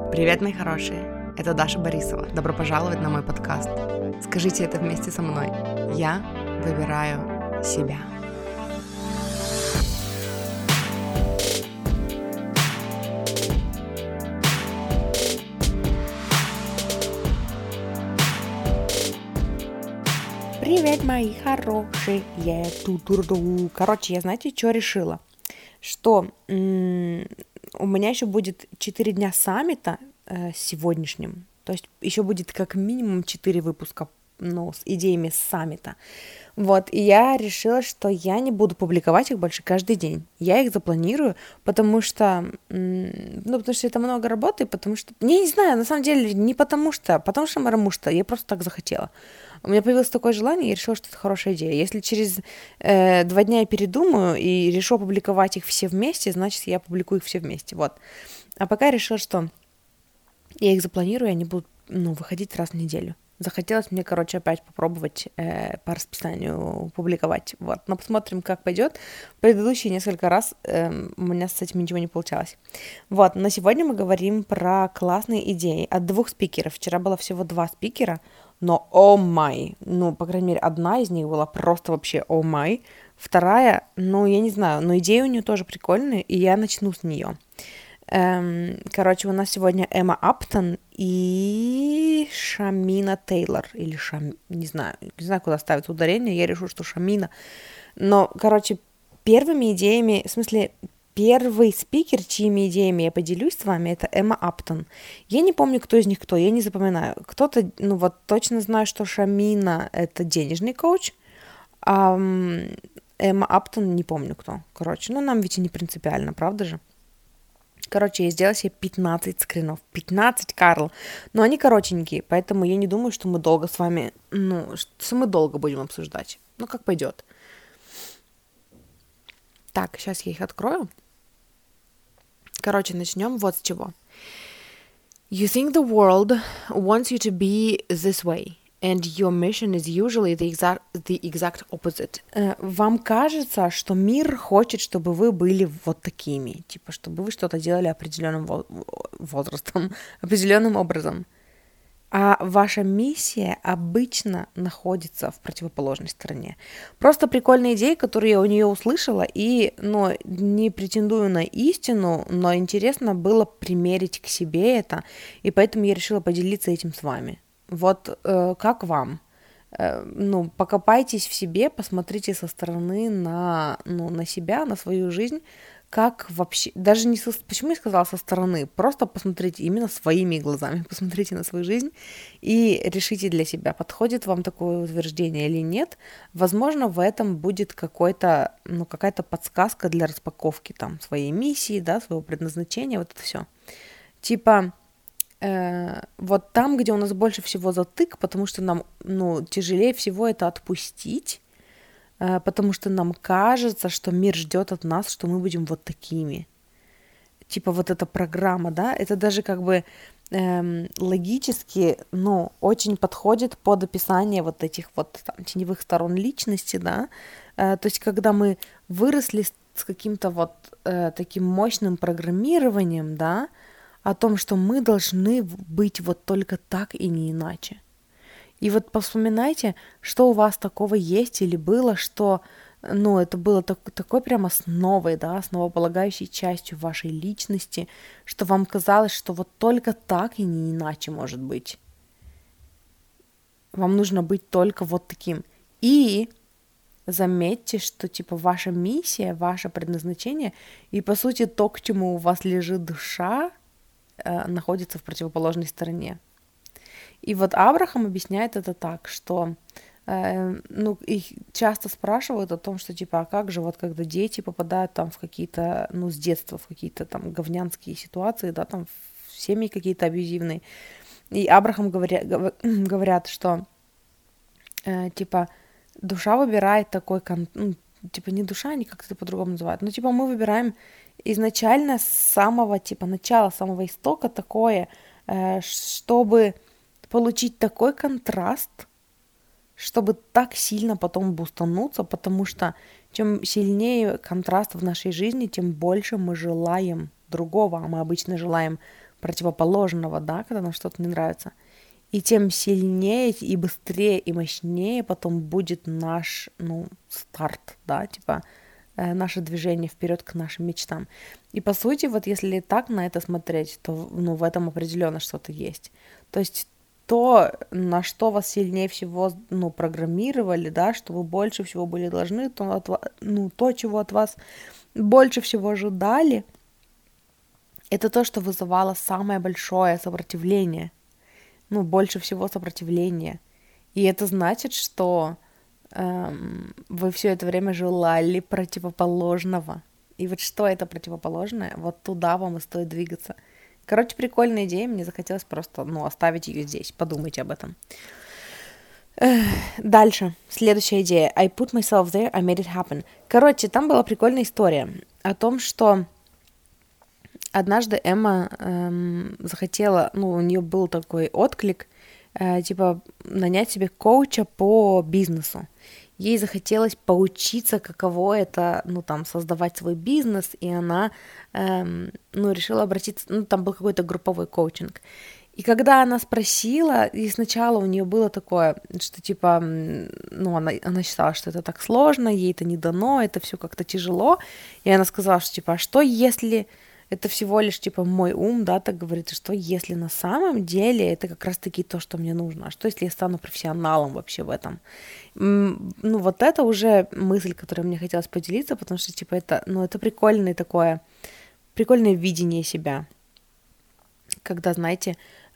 Привет, мои хорошие! Это Даша Борисова. Добро пожаловать на мой подкаст. Скажите это вместе со мной. Я выбираю себя. Привет, мои хорошие! Короче, я знаете, что решила? Что у меня еще будет 4 дня саммита сегодняшним. То есть еще будет как минимум 4 выпуска, с идеями саммита. Вот, и я решила, что я не буду публиковать их больше каждый день. Я их запланирую, потому что это много работы, потому что, не знаю, на самом деле, не потому что я просто так захотела. У меня появилось такое желание, я решила, что это хорошая идея. Если через 2 дня я передумаю и решу опубликовать их все вместе, значит, я опубликую их все вместе, вот. А пока я решила, что я их запланирую, и они будут, выходить раз в неделю. Захотелось мне, опять попробовать по расписанию публиковать, вот. Но посмотрим, как пойдет. Предыдущие несколько раз у меня с этим ничего не получалось. Вот, но сегодня мы говорим про классные идеи от 2 спикеров. Вчера было всего 2 спикера, но о май, по крайней мере, одна из них была просто вообще о май. Вторая, я не знаю, но идеи у нее тоже прикольные, и я начну с нее. У нас сегодня Эмма Аптон и Шамина Тейлор, или не знаю, куда ставить ударение, я решу, что Шамина. Но, первыми идеями, в смысле, первый спикер, чьими идеями я поделюсь с вами, это Эмма Аптон. Я не помню, кто из них кто, я не запоминаю. Кто-то, точно знаю, что Шамина — это денежный коуч, а Эмма Аптон не помню кто. Нам ведь и не принципиально, правда же? Я сделала себе 15 скринов. 15, Карл. Но они коротенькие, поэтому я не думаю, что мы долго с вами, что мы долго будем обсуждать. Как пойдет. Так, сейчас я их открою. Начнем вот с чего. You think the world wants you to be this way, and your mission is usually the exact opposite. Вам кажется, что мир хочет, чтобы вы были вот такими, чтобы вы что-то делали определенным возрастом, определенным образом. А ваша миссия обычно находится в противоположной стороне. Просто прикольная идея, которую я у нее услышала, и, не претендую на истину, но интересно было примерить к себе это, и поэтому я решила поделиться этим с вами. Вот как вам? Покопайтесь в себе, посмотрите со стороны на себя, на свою жизнь, как вообще, даже не почему я сказала со стороны, просто посмотрите именно своими глазами, посмотрите на свою жизнь и решите для себя, подходит вам такое утверждение или нет. Возможно, в этом будет какая-то подсказка для распаковки своей миссии, своего предназначения, вот это все. Вот там, где у нас больше всего затык, потому что нам, тяжелее всего это отпустить, потому что нам кажется, что мир ждет от нас, что мы будем вот такими. Вот эта программа, это даже логически, очень подходит под описание вот этих теневых сторон личности, то есть когда мы выросли с каким-то таким мощным программированием, о том, что мы должны быть вот только так и не иначе. И вспоминайте, что у вас такого есть или было, что, это было такой прям основой, основополагающей частью вашей личности, что вам казалось, что вот только так и не иначе может быть. Вам нужно быть только вот таким. И заметьте, что ваша миссия, ваше предназначение и, по сути, то, к чему у вас лежит душа, находится в противоположной стороне. И Абрахам объясняет это так, что их часто спрашивают о том, что а как же когда дети попадают в какие-то, с детства в какие-то говнянские ситуации, в семьи какие-то абьюзивные. И Абрахам говорят, что душа выбирает такой не душа, они как-то по-другому называют, но мы выбираем изначально с самого начала, самого истока такое, чтобы получить такой контраст, чтобы так сильно потом бустануться, потому что чем сильнее контраст в нашей жизни, тем больше мы желаем другого, а мы обычно желаем противоположного, да, когда нам что-то не нравится. И тем сильнее и быстрее и мощнее потом будет наш, старт, да, типа наше движение вперед к нашим мечтам. И по сути, вот если так на это смотреть, то, в этом определенно что-то есть. То есть то, на что вас сильнее всего, программировали, да, что вы больше всего были должны, то, чего от вас больше всего ожидали, это то, что вызывало самое большое сопротивление. Больше всего сопротивления. И это значит, что вы все это время желали противоположного. И вот что это противоположное, вот туда вам и стоит двигаться. Короче, прикольная идея, мне захотелось просто, оставить ее здесь. Подумайте об этом. Дальше, следующая идея. I put myself there, I made it happen. Короче, там была прикольная история о том, что однажды Эмма захотела, у нее был такой отклик, типа нанять себе коуча по бизнесу. Ей захотелось поучиться, каково это, создавать свой бизнес, и она, решила обратиться, там был какой-то групповой коучинг. И когда она спросила, и сначала у нее было такое, что типа, она считала, что это так сложно, ей это не дано, это все как-то тяжело, и она сказала, что типа, а что если это всего лишь, типа, мой ум, да, так говорит, что если на самом деле это как раз-таки то, что мне нужно, а что если я стану профессионалом вообще в этом? Вот это уже мысль, которой мне хотелось поделиться, потому что, типа, это прикольное видение себя, когда, знаете,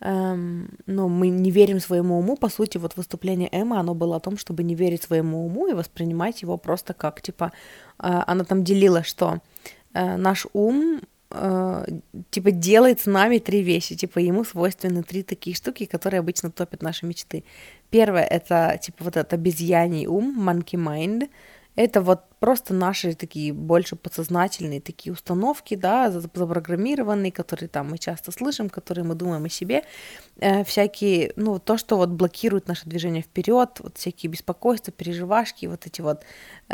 мы не верим своему уму, по сути, вот выступление Эммы, оно было о том, чтобы не верить своему уму и воспринимать его просто как, типа, она там делила, что наш ум типа делает с нами 3 вещи, типа ему свойственны 3 такие штуки, которые обычно топят наши мечты. Первое — это типа вот этот обезьяний ум, monkey mind. Это вот просто наши такие больше подсознательные такие установки, да, запрограммированные, которые там мы часто слышим, которые мы думаем о себе, всякие, то, что вот блокирует наше движение вперед, вот всякие беспокойства, переживашки, вот эти вот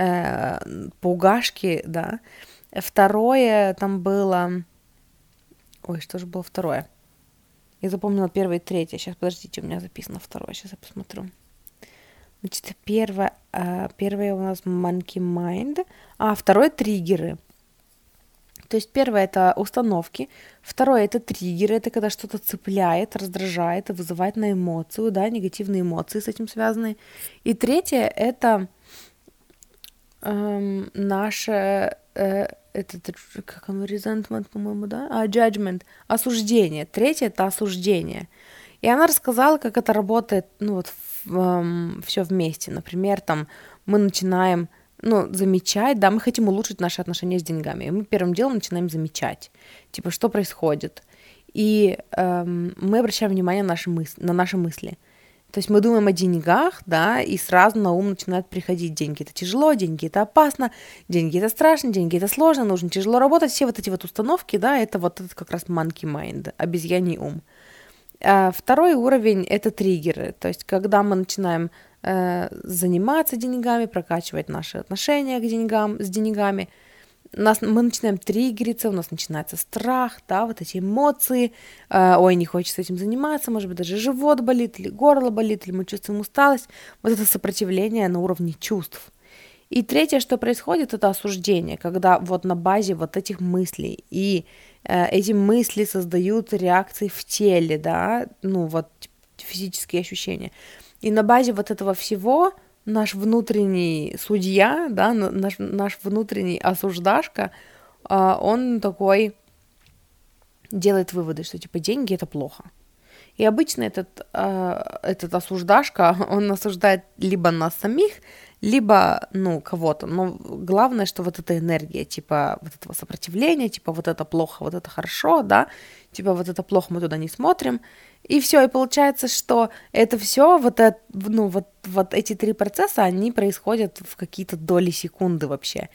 пугашки, да. Второе там было... Ой, что же было второе? Я запомнила первое и третье. Сейчас, подождите, у меня записано второе. Сейчас я посмотрю. Значит, первое у нас monkey mind. Второе — триггеры. То есть первое — это установки. Второе — это триггеры. Это когда что-то цепляет, раздражает и вызывает на эмоцию, да, негативные эмоции с этим связаны. И третье — это наше... как оно, resentment, по-моему, да? Judgment, осуждение. Третье — это осуждение. И она рассказала, как это работает, все вместе. Например, там мы начинаем, замечать, да, мы хотим улучшить наши отношения с деньгами. И мы первым делом начинаем замечать, типа, что происходит. И мы обращаем внимание на наши мысли. То есть мы думаем о деньгах, да, и сразу на ум начинают приходить: деньги — это тяжело, деньги — это опасно, деньги — это страшно, деньги — это сложно, нужно тяжело работать. Все вот эти вот установки, да, это вот этот как раз monkey mind, обезьяний ум. Второй уровень — это триггеры. То есть когда мы начинаем заниматься деньгами, прокачивать наши отношения с деньгами, мы начинаем триггериться, у нас начинается страх, да, вот эти эмоции, ой, не хочется этим заниматься, может быть, даже живот болит, или горло болит, или мы чувствуем усталость, вот это сопротивление на уровне чувств. И третье, что происходит, это осуждение, когда вот на базе вот этих мыслей, и эти мысли создают реакции в теле, да, физические ощущения, и на базе вот этого всего наш внутренний судья, да, наш внутренний осуждашка, он такой делает выводы, что типа деньги — это плохо. И обычно этот осуждашка, он осуждает либо нас самих, либо, кого-то. Но главное, что вот эта энергия, типа вот этого сопротивления, типа вот это плохо, вот это хорошо, да, типа вот это плохо, мы туда не смотрим. И все, и получается, что это все, вот эти 3 процесса, они происходят в какие-то доли секунды вообще.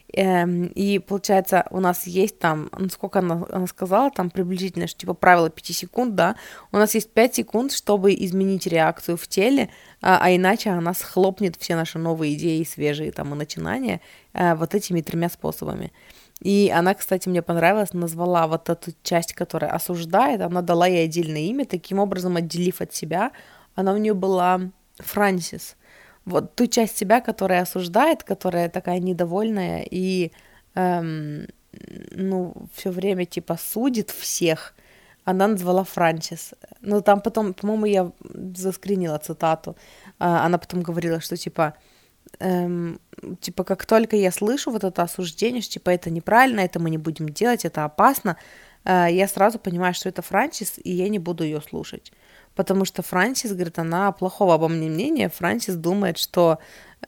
И получается, у нас есть там, ну, сколько она сказала, там приблизительно, что типа правило 5 секунд, да, у нас есть 5 секунд, чтобы изменить реакцию в теле, иначе она схлопнет все наши новые идеи, свежие там и начинания вот этими 3 способами. И она, кстати, мне понравилась, назвала вот эту часть, которая осуждает, она дала ей отдельное имя, таким образом отделив от себя, она у нее была Франсис. Вот ту часть себя, которая осуждает, которая такая недовольная и, эм, ну, все время типа судит всех, она назвала Франсис. Ну, там потом, по-моему, я заскринила цитату. Она потом говорила, что эм, типа, как только я слышу вот это осуждение, что, типа, это неправильно, это мы не будем делать, это опасно, я сразу понимаю, что это Франсис, и я не буду ее слушать. Потому что Франсис, говорит, она плохого обо мне мнения. Франсис думает, что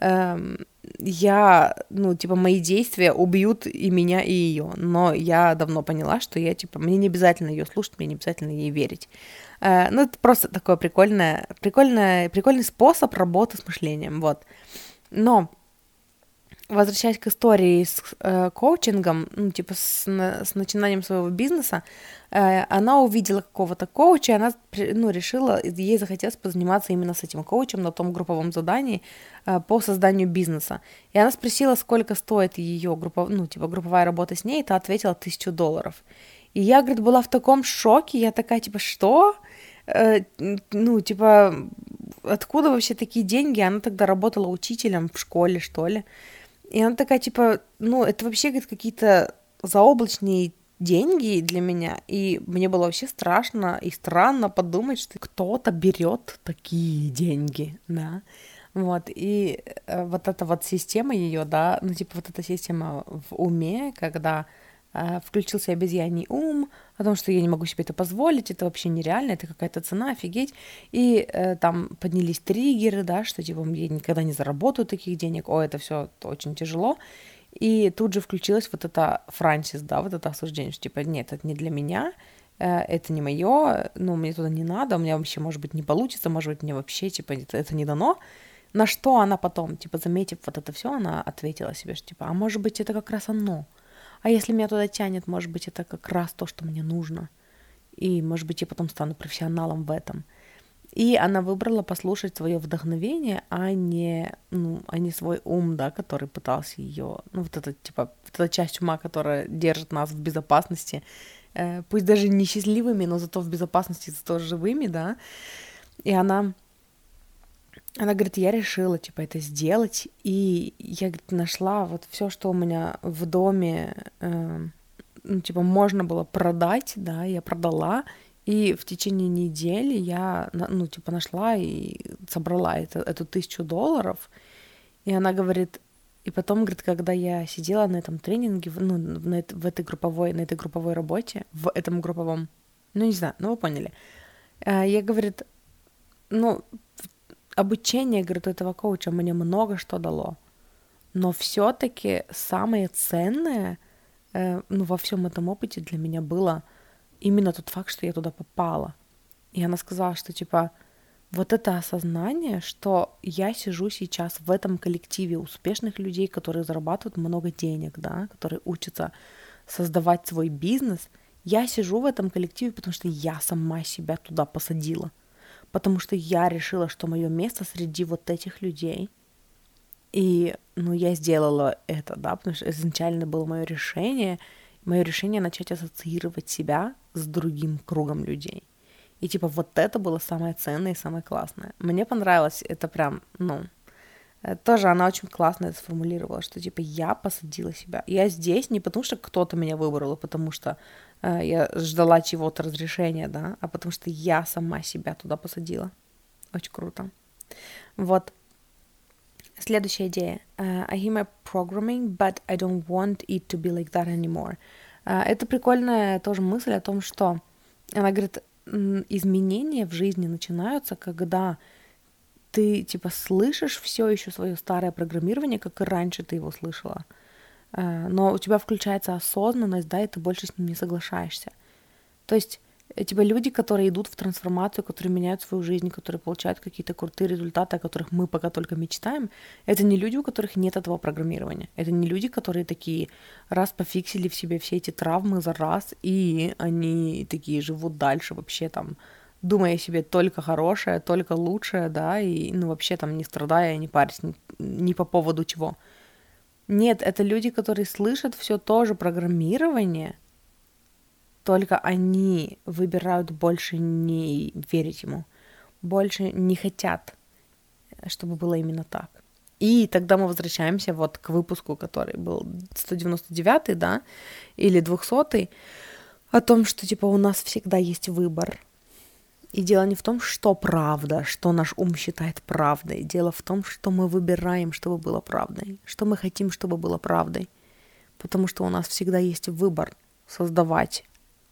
я, ну, типа, мои действия убьют и меня, и ее. Но я давно поняла, что я, типа, мне не обязательно ее слушать, мне не обязательно ей верить. Ну, это просто такой прикольный способ работы с мышлением, вот. Но возвращаясь к истории с коучингом, ну, типа с начинанием своего бизнеса, она увидела какого-то коуча, и она, ну, решила, ей захотелось позаниматься именно с этим коучем на том групповом задании по созданию бизнеса. И она спросила, сколько стоит ее ну, типа, групповая работа с ней, и та ответила $1000. И я, говорит, была в таком шоке, я такая, типа, что? Ну, типа, откуда вообще такие деньги? Она тогда работала учителем в школе, что ли. И она такая, типа, ну, это вообще, говорит, какие-то заоблачные деньги для меня. И мне было вообще страшно и странно подумать, что кто-то берет такие деньги, да. Вот, и вот эта вот система ее, да, ну, типа, вот эта система в уме, когда включился обезьяний ум, о том, что я не могу себе это позволить, это вообще нереально, это какая-то цена, офигеть. И там поднялись триггеры, да, что типа я никогда не заработаю таких денег, это все очень тяжело. И тут же включилась вот эта Франсис, да, вот это осуждение, что типа нет, это не для меня, это не мое, ну, мне туда не надо, у меня вообще, может быть, не получится, может быть, мне вообще, типа, это не дано. На что она потом, типа, заметив вот это все, она ответила себе, что типа, а может быть, это как раз оно. А если меня туда тянет, может быть, это как раз то, что мне нужно. И, может быть, я потом стану профессионалом в этом. И она выбрала послушать свое вдохновение, а не свой ум, да, который пытался ее, ну, вот это, типа, вот эта часть ума, которая держит нас в безопасности, пусть даже не счастливыми, но зато в безопасности, зато живыми, да. И она говорит, я решила, типа, это сделать, и я, говорит, нашла вот все, что у меня в доме, ну, типа, можно было продать, да, я продала, и в течение недели я, ну, типа, нашла и собрала эту $1000, и она говорит, и потом, говорит, когда я сидела на этом тренинге, ну, на этой групповой работе, в этом групповом, ну, не знаю, ну, вы поняли, я, говорит, ну, обучение, говорит, у этого коуча мне много что дало, но все-таки самое ценное, ну, во всем этом опыте для меня было именно тот факт, что я туда попала. И она сказала, что, типа, вот это осознание, что я сижу сейчас в этом коллективе успешных людей, которые зарабатывают много денег, да, которые учатся создавать свой бизнес, я сижу в этом коллективе, потому что я сама себя туда посадила. Потому что я решила, что мое место среди вот этих людей. И, ну, я сделала это, да, потому что изначально было мое решение начать ассоциировать себя с другим кругом людей. И, типа, вот это было самое ценное и самое классное. Мне понравилось это прям, ну, тоже она очень классно это сформулировала, что, типа, я посадила себя. Я здесь не потому, что кто-то меня выбрал, а потому что я ждала чего-то разрешения, да, а потому что я сама себя туда посадила. Очень круто. Вот. Следующая идея. I hear my programming, but I don't want it to be like that anymore. Это прикольная тоже мысль о том, что она говорит, изменения в жизни начинаются, когда ты, типа, слышишь все еще свое старое программирование, как и раньше ты его слышала, но у тебя включается осознанность, да, и ты больше с ним не соглашаешься. То есть Типа люди, которые идут в трансформацию, которые меняют свою жизнь, которые получают какие-то крутые результаты, о которых мы пока только мечтаем, это не люди, у которых нет этого программирования. Это не люди, которые такие раз пофиксили в себе все эти травмы за раз, и они такие живут дальше вообще там, думая о себе только хорошее, только лучшее, да, и ну вообще там не страдая, не парясь ни по поводу чего. Нет, это люди, которые слышат все то же программирование, только они выбирают больше не верить ему, больше не хотят, чтобы было именно так. И тогда мы возвращаемся вот к выпуску, который был 199-й, да, или 200-й, о том, что типа у нас всегда есть выбор. И дело не в том, что правда, что наш ум считает правдой. Дело в том, что мы выбираем, чтобы было правдой, что мы хотим, чтобы было правдой. Потому что у нас всегда есть выбор создавать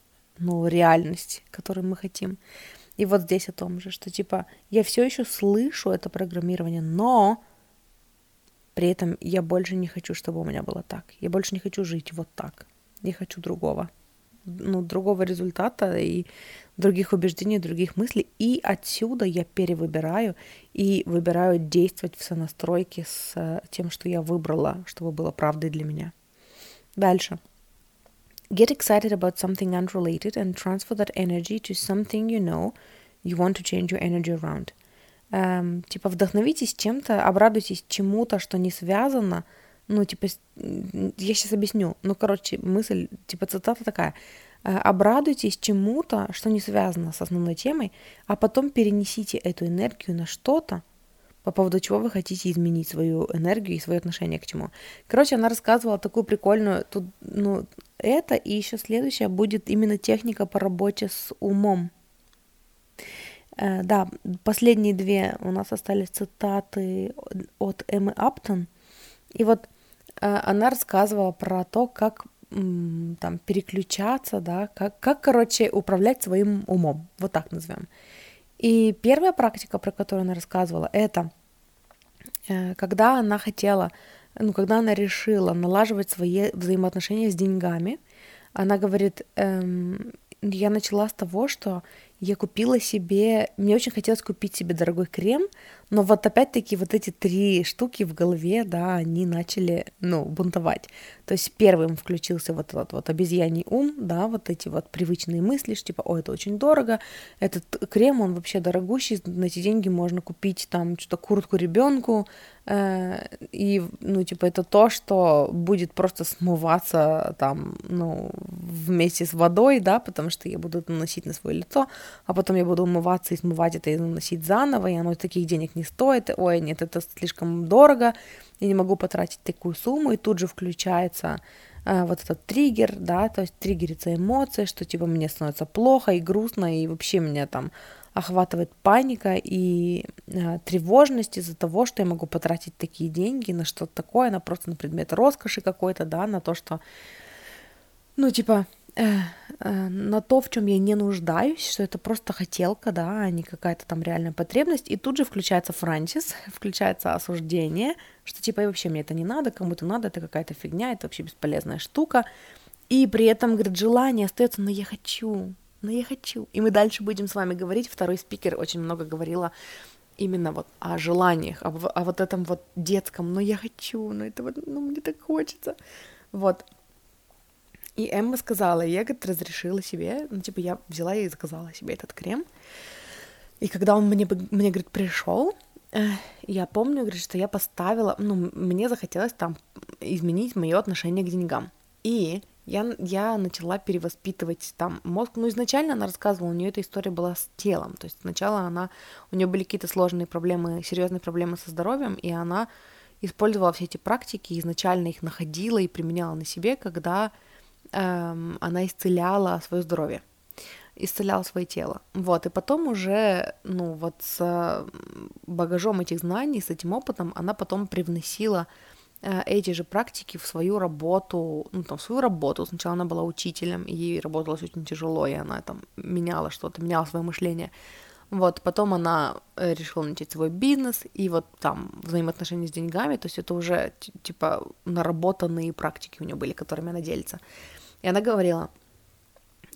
реальность, которую мы хотим. И вот здесь о том же, что типа я все еще слышу это программирование, но при этом я больше не хочу, чтобы у меня было так. Я больше не хочу жить вот так. Я хочу другого. Другого результата и других убеждений, других мыслей. И отсюда я перевыбираю и выбираю действовать в сонастройке с тем, что я выбрала, чтобы было правдой для меня. Дальше. Get excited about something unrelated and transfer that energy to something you know you want to change your energy around. Типа вдохновитесь чем-то, обрадуйтесь чему-то, что не связано. Я сейчас объясню. Мысль, цитата такая. Обрадуйтесь чему-то, что не связано с основной темой, а потом перенесите эту энергию на что-то, по поводу чего вы хотите изменить свою энергию и свое отношение к чему. Она рассказывала такую прикольную, это и еще следующее будет именно техника по работе с умом. Да, последние две у нас остались цитаты от Эммы Аптон. И вот она рассказывала про то, как там переключаться, да, как управлять своим умом, вот так назовем. И первая практика, про которую она рассказывала, это когда она хотела, когда она решила налаживать свои взаимоотношения с деньгами, она говорит, я начала с того, что я купила себе, мне очень хотелось купить себе дорогой крем, но вот опять-таки вот эти 3 штуки в голове, да, они начали, бунтовать. То есть первым включился вот этот вот обезьяний ум, да, вот эти вот привычные мысли, что типа, это очень дорого, этот крем, он вообще дорогущий, на эти деньги можно купить там что-то куртку ребенку, и, это то, что будет просто смываться там, вместе с водой, да, потому что я буду это наносить на свое лицо, а потом я буду умываться и смывать это и наносить заново, и оно таких денег не стоит, ой, нет, это слишком дорого, я не могу потратить такую сумму, и тут же включается вот этот триггер, да, то есть триггерится эмоция, что типа мне становится плохо и грустно, и вообще меня там охватывает паника и тревожность из-за того, что я могу потратить такие деньги на что-то такое, на просто на предмет роскоши какой-то, да, на то, что, на то, в чем я не нуждаюсь, что это просто хотелка, да, а не какая-то там реальная потребность. И тут же включается Франсис, включается осуждение, что типа и вообще мне это не надо, кому-то надо, это какая-то фигня, это вообще бесполезная штука. И при этом, говорит, желание остается, но я хочу. И мы дальше будем с вами говорить. Второй спикер очень много говорила именно вот о желаниях, о вот этом вот детском, но я хочу, это вот, мне так хочется. Вот. И Эмма сказала, я, говорит, разрешила себе, я взяла и заказала себе этот крем. И когда он мне говорит, пришел, я помню, говорит, что я поставила, мне захотелось там изменить мое отношение к деньгам. И я начала перевоспитывать там мозг. Изначально она рассказывала, у нее эта история была с телом. То есть сначала у нее были какие-то сложные проблемы, серьезные проблемы со здоровьем, и она использовала все эти практики, изначально их находила и применяла на себе, когда она исцеляла свое здоровье, исцеляла свое тело. Вот, и потом уже, с багажом этих знаний, с этим опытом, она потом привносила эти же практики в свою работу, Сначала она была учителем, и ей работалось очень тяжело, и она там меняла что-то, меняла свое мышление. Вот, потом она решила начать свой бизнес, и вот там взаимоотношения с деньгами, то есть это уже, наработанные практики у нее были, которыми она делится. И она говорила,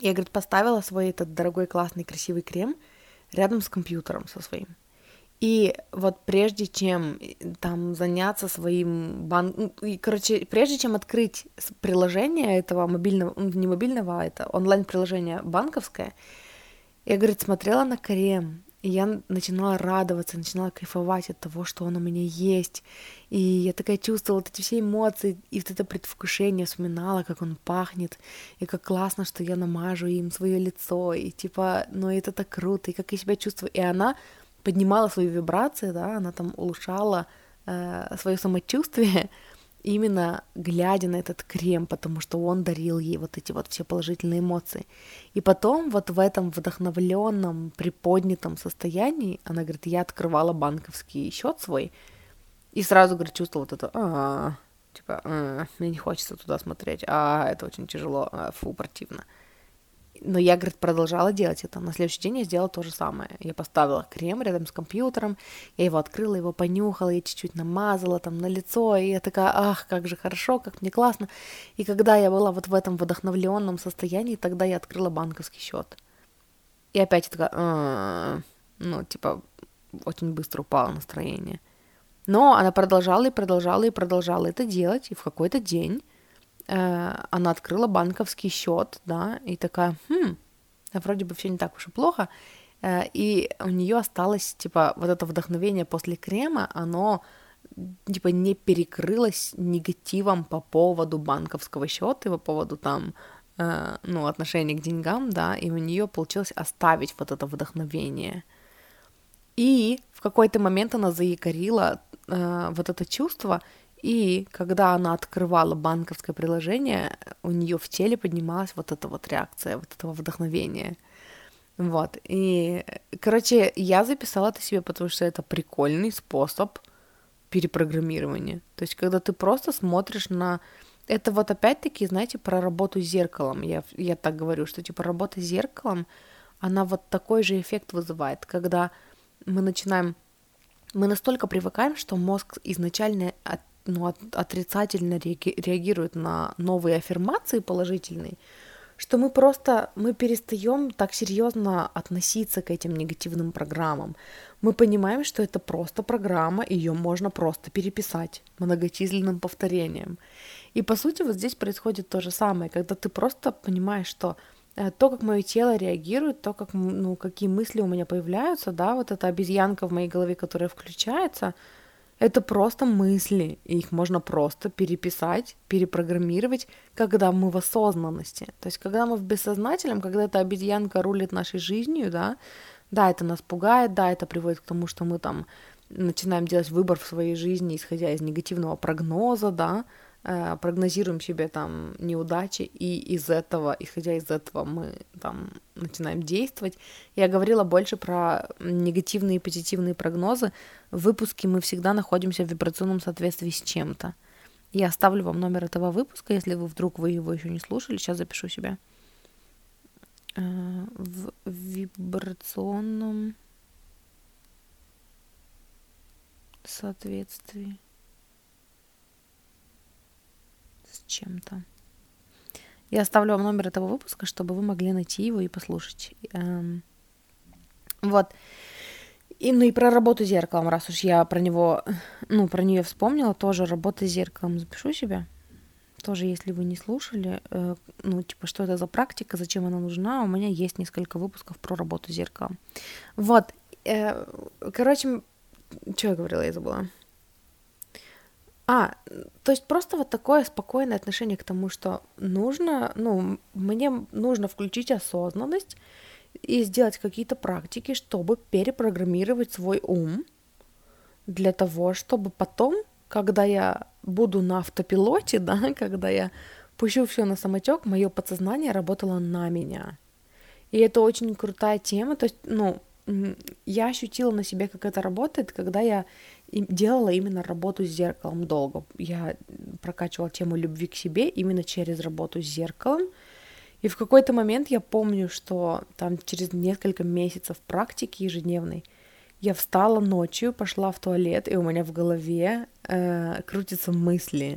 Я, говорит, поставила свой этот дорогой, классный, красивый крем рядом с компьютером со своим. И вот прежде чем там заняться своим короче, прежде чем открыть приложение этого мобильного, не мобильного, а это онлайн-приложение банковское, я, говорит, смотрела на крем, и я начинала радоваться, начинала кайфовать от того, что он у меня есть. И я такая чувствовала вот эти все эмоции, и вот это предвкушение, вспоминала, как он пахнет, и как классно, что я намажу им свое лицо, и типа, ну это так круто, и как я себя чувствую. И она поднимала свои вибрации, да, она там улучшала свое самочувствие, именно глядя на этот крем, потому что он дарил ей вот эти вот все положительные эмоции. И потом вот в этом вдохновленном, приподнятом состоянии, она говорит, я открывала банковский счет свой и сразу, говорит, чувствовала вот это, типа, мне не хочется туда смотреть, это очень тяжело, фу, противно. Но я, говорит, продолжала делать это. На следующий день я сделала то же самое. Я поставила крем рядом с компьютером, я его открыла, его понюхала, я чуть-чуть намазала там на лицо, и я такая, ах, как же хорошо, как мне классно. И когда я была вот в этом вдохновленном состоянии, тогда я открыла банковский счет. И опять я такая, ну, типа, очень быстро упало настроение. Но она продолжала и продолжала и продолжала это делать, и в какой-то день она открыла банковский счет, да, и такая, вроде бы все не так уж и плохо, и у нее осталось, типа, вот это вдохновение после крема, оно, типа, не перекрылось негативом по поводу банковского счета, по поводу там, отношения к деньгам, да, и у нее получилось оставить вот это вдохновение. И в какой-то момент она заякорила вот это чувство, и когда она открывала банковское приложение, у нее в теле поднималась вот эта вот реакция, вот этого вдохновения. Вот. И, короче, я записала это себе, потому что это прикольный способ перепрограммирования. То есть, когда ты просто смотришь на... Это вот опять-таки, знаете, про работу с зеркалом. Я так говорю, что типа работа с зеркалом, она вот такой же эффект вызывает, когда мы настолько привыкаем, что мозг изначально отрицательно реагирует на новые аффирмации положительные, что мы перестаем так серьезно относиться к этим негативным программам. Мы понимаем, что это просто программа, ее можно просто переписать многочисленным повторением. И по сути вот здесь происходит то же самое, когда ты просто понимаешь, что то, как мое тело реагирует, то, как, какие мысли у меня появляются, да, вот эта обезьянка в моей голове, которая включается, это просто мысли, и их можно просто переписать, перепрограммировать, когда мы в осознанности. То есть, когда мы в бессознательном, когда эта обезьянка рулит нашей жизнью, да, это нас пугает, да, это приводит к тому, что мы там начинаем делать выбор в своей жизни, исходя из негативного прогноза, да, прогнозируем себе там неудачи, и исходя из этого мы там начинаем действовать. Я говорила больше про негативные и позитивные прогнозы. В выпуске мы всегда находимся в вибрационном соответствии с чем-то. Я оставлю вам номер этого выпуска, если вы его еще не слушали. Сейчас запишу себя. В вибрационном соответствии с чем-то. Я оставлю вам номер этого выпуска, чтобы вы могли найти его и послушать. Вот. И про работу с зеркалом, раз уж я про нее вспомнила, тоже работа с зеркалом запишу себя. Тоже, если вы не слушали, что это за практика, зачем она нужна, у меня есть несколько выпусков про работу с зеркалом. Вот. Короче, что я говорила, я забыла. То есть просто вот такое спокойное отношение к тому, что мне нужно включить осознанность и сделать какие-то практики, чтобы перепрограммировать свой ум для того, чтобы потом, когда я буду на автопилоте, да, когда я пущу все на самотек, мое подсознание работало на меня. И это очень крутая тема, то есть, я ощутила на себе, как это работает, когда я делала именно работу с зеркалом долго. Я прокачивала тему любви к себе именно через работу с зеркалом. И в какой-то момент я помню, что там через несколько месяцев практики ежедневной я встала ночью, пошла в туалет, и у меня в голове крутятся мысли.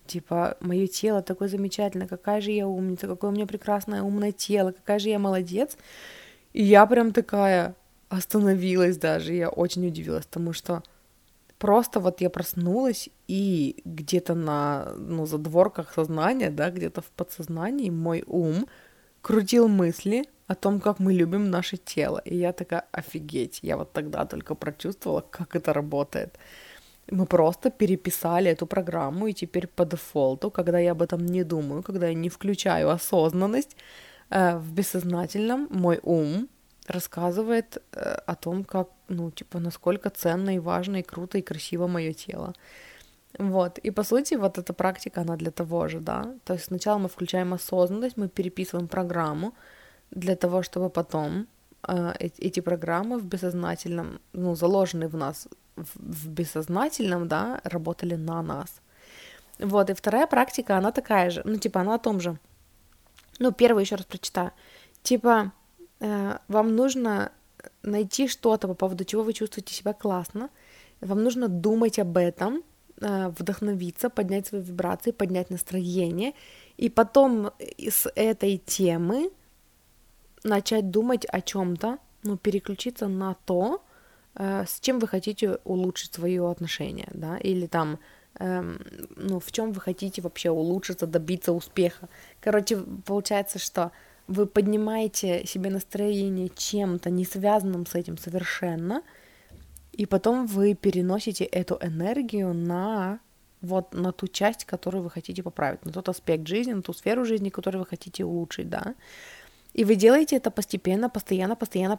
типа, мое тело такое замечательное, какая же я умница, какое у меня прекрасное умное тело, какая же я молодец. И я прям такая остановилась даже, я очень удивилась, потому что просто вот я проснулась, и где-то на, ну, задворках сознания, да, где-то в подсознании мой ум крутил мысли о том, как мы любим наше тело. И я такая, офигеть, я вот тогда только прочувствовала, как это работает. Мы просто переписали эту программу, и теперь по дефолту, когда я об этом не думаю, когда я не включаю осознанность, в бессознательном мой ум рассказывает о том, как, ну, типа, насколько ценно и важно, и круто, и красиво мое тело. Вот, и по сути вот эта практика, она для того же, да, то есть сначала мы включаем осознанность, мы переписываем программу для того, чтобы потом эти программы в бессознательном, ну, заложенные в нас в бессознательном, да, работали на нас. Вот, и вторая практика, она такая же, ну, типа, она о том же. Ну, первую еще раз прочитаю. Типа, вам нужно найти что-то, по поводу чего вы чувствуете себя классно, вам нужно думать об этом, вдохновиться, поднять свои вибрации, поднять настроение, и потом с этой темы начать думать о чем-то, ну, переключиться на то, с чем вы хотите улучшить свое отношение, да, или там, ну, в чем вы хотите вообще улучшиться, добиться успеха. Короче, получается, что вы поднимаете себе настроение чем-то, не связанным с этим совершенно, и потом вы переносите эту энергию на вот на ту часть, которую вы хотите поправить, на тот аспект жизни, на ту сферу жизни, которую вы хотите улучшить, да. И вы делаете это постепенно, постоянно,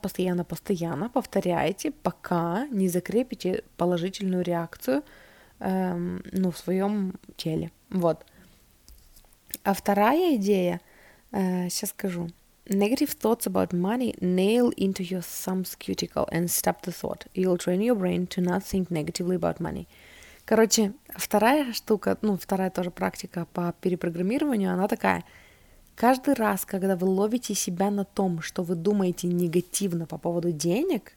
повторяете, пока не закрепите положительную реакцию, ну, в своем теле. Вот. А вторая идея, сейчас скажу. Negative thoughts about money nail into your thumb's cuticle and stop the thought. You'll train your brain to not think negatively about money. Короче, вторая штука, ну, вторая тоже практика по перепрограммированию, она такая. Каждый раз, когда вы ловите себя на том, что вы думаете негативно по поводу денег,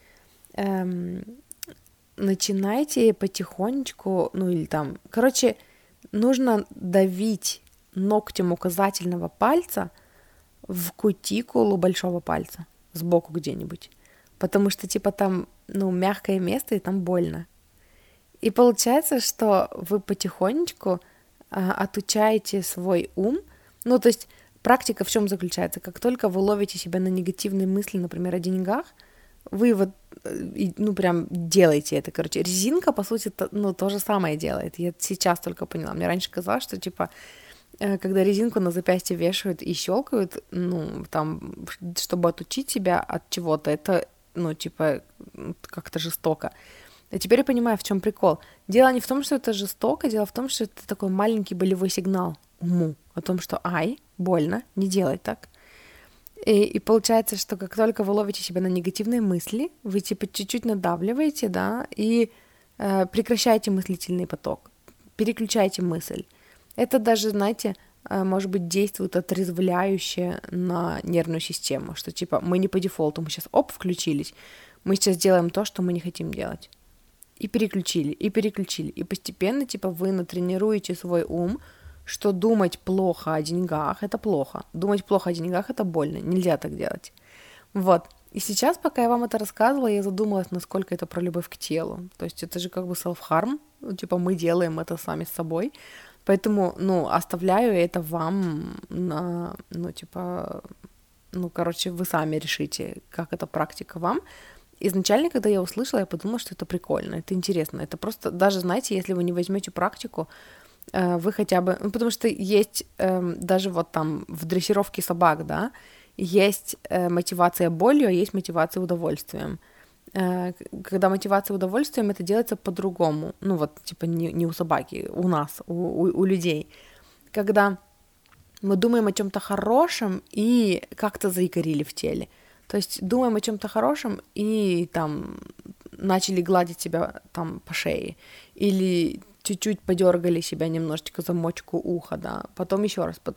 начинайте потихонечку, ну или там, короче, нужно давить ногтем указательного пальца в кутикулу большого пальца, сбоку где-нибудь, потому что, типа, там, ну, мягкое место, и там больно. И получается, что вы потихонечку отучаете свой ум. Ну, то есть практика в чем заключается? Как только вы ловите себя на негативные мысли, например, о деньгах, вы вот, ну, прям делаете это. Короче, резинка, по сути, ну, то же самое делает. Я сейчас только поняла. Мне раньше казалось, что, типа, когда резинку на запястье вешают и щелкают, ну, там, чтобы отучить себя от чего-то, это, ну, типа, как-то жестоко. А теперь я понимаю, в чем прикол. Дело не в том, что это жестоко, дело в том, что это такой маленький болевой сигнал уму о том, что ай, больно, не делай так. И получается, что как только вы ловите себя на негативные мысли, вы типа чуть-чуть надавливаете, да, и прекращаете мыслительный поток, переключаете мысль. Это даже, знаете, может быть, действует отрезвляюще на нервную систему, что типа мы не по дефолту, мы сейчас включились, мы сейчас делаем то, что мы не хотим делать. И переключили, и постепенно, типа, вы натренируете свой ум, что думать плохо о деньгах — это плохо, думать плохо о деньгах — это больно, нельзя так делать. Вот. И сейчас, пока я вам это рассказывала, я задумалась, насколько это про любовь к телу. То есть это же как бы self-harm, ну, типа, мы делаем это сами с собой, поэтому, ну, оставляю это вам на, ну, типа, ну, короче, вы сами решите, как эта практика вам. Изначально, когда я услышала, я подумала, что это прикольно, это интересно. Это просто, даже, знаете, если вы не возьмете практику, вы хотя бы... Ну, потому что есть даже вот там в дрессировке собак, да, есть мотивация болью, а есть мотивация удовольствием. Когда мотивация удовольствием, это делается по-другому. Ну, вот, типа, не у собаки, у нас, у людей. Когда мы думаем о чем-то хорошем и как-то заикарили в теле. То есть думаем о чем-то хорошем и там начали гладить себя там по шее. Или чуть-чуть подергали себя немножечко за мочку уха, да. Потом еще раз.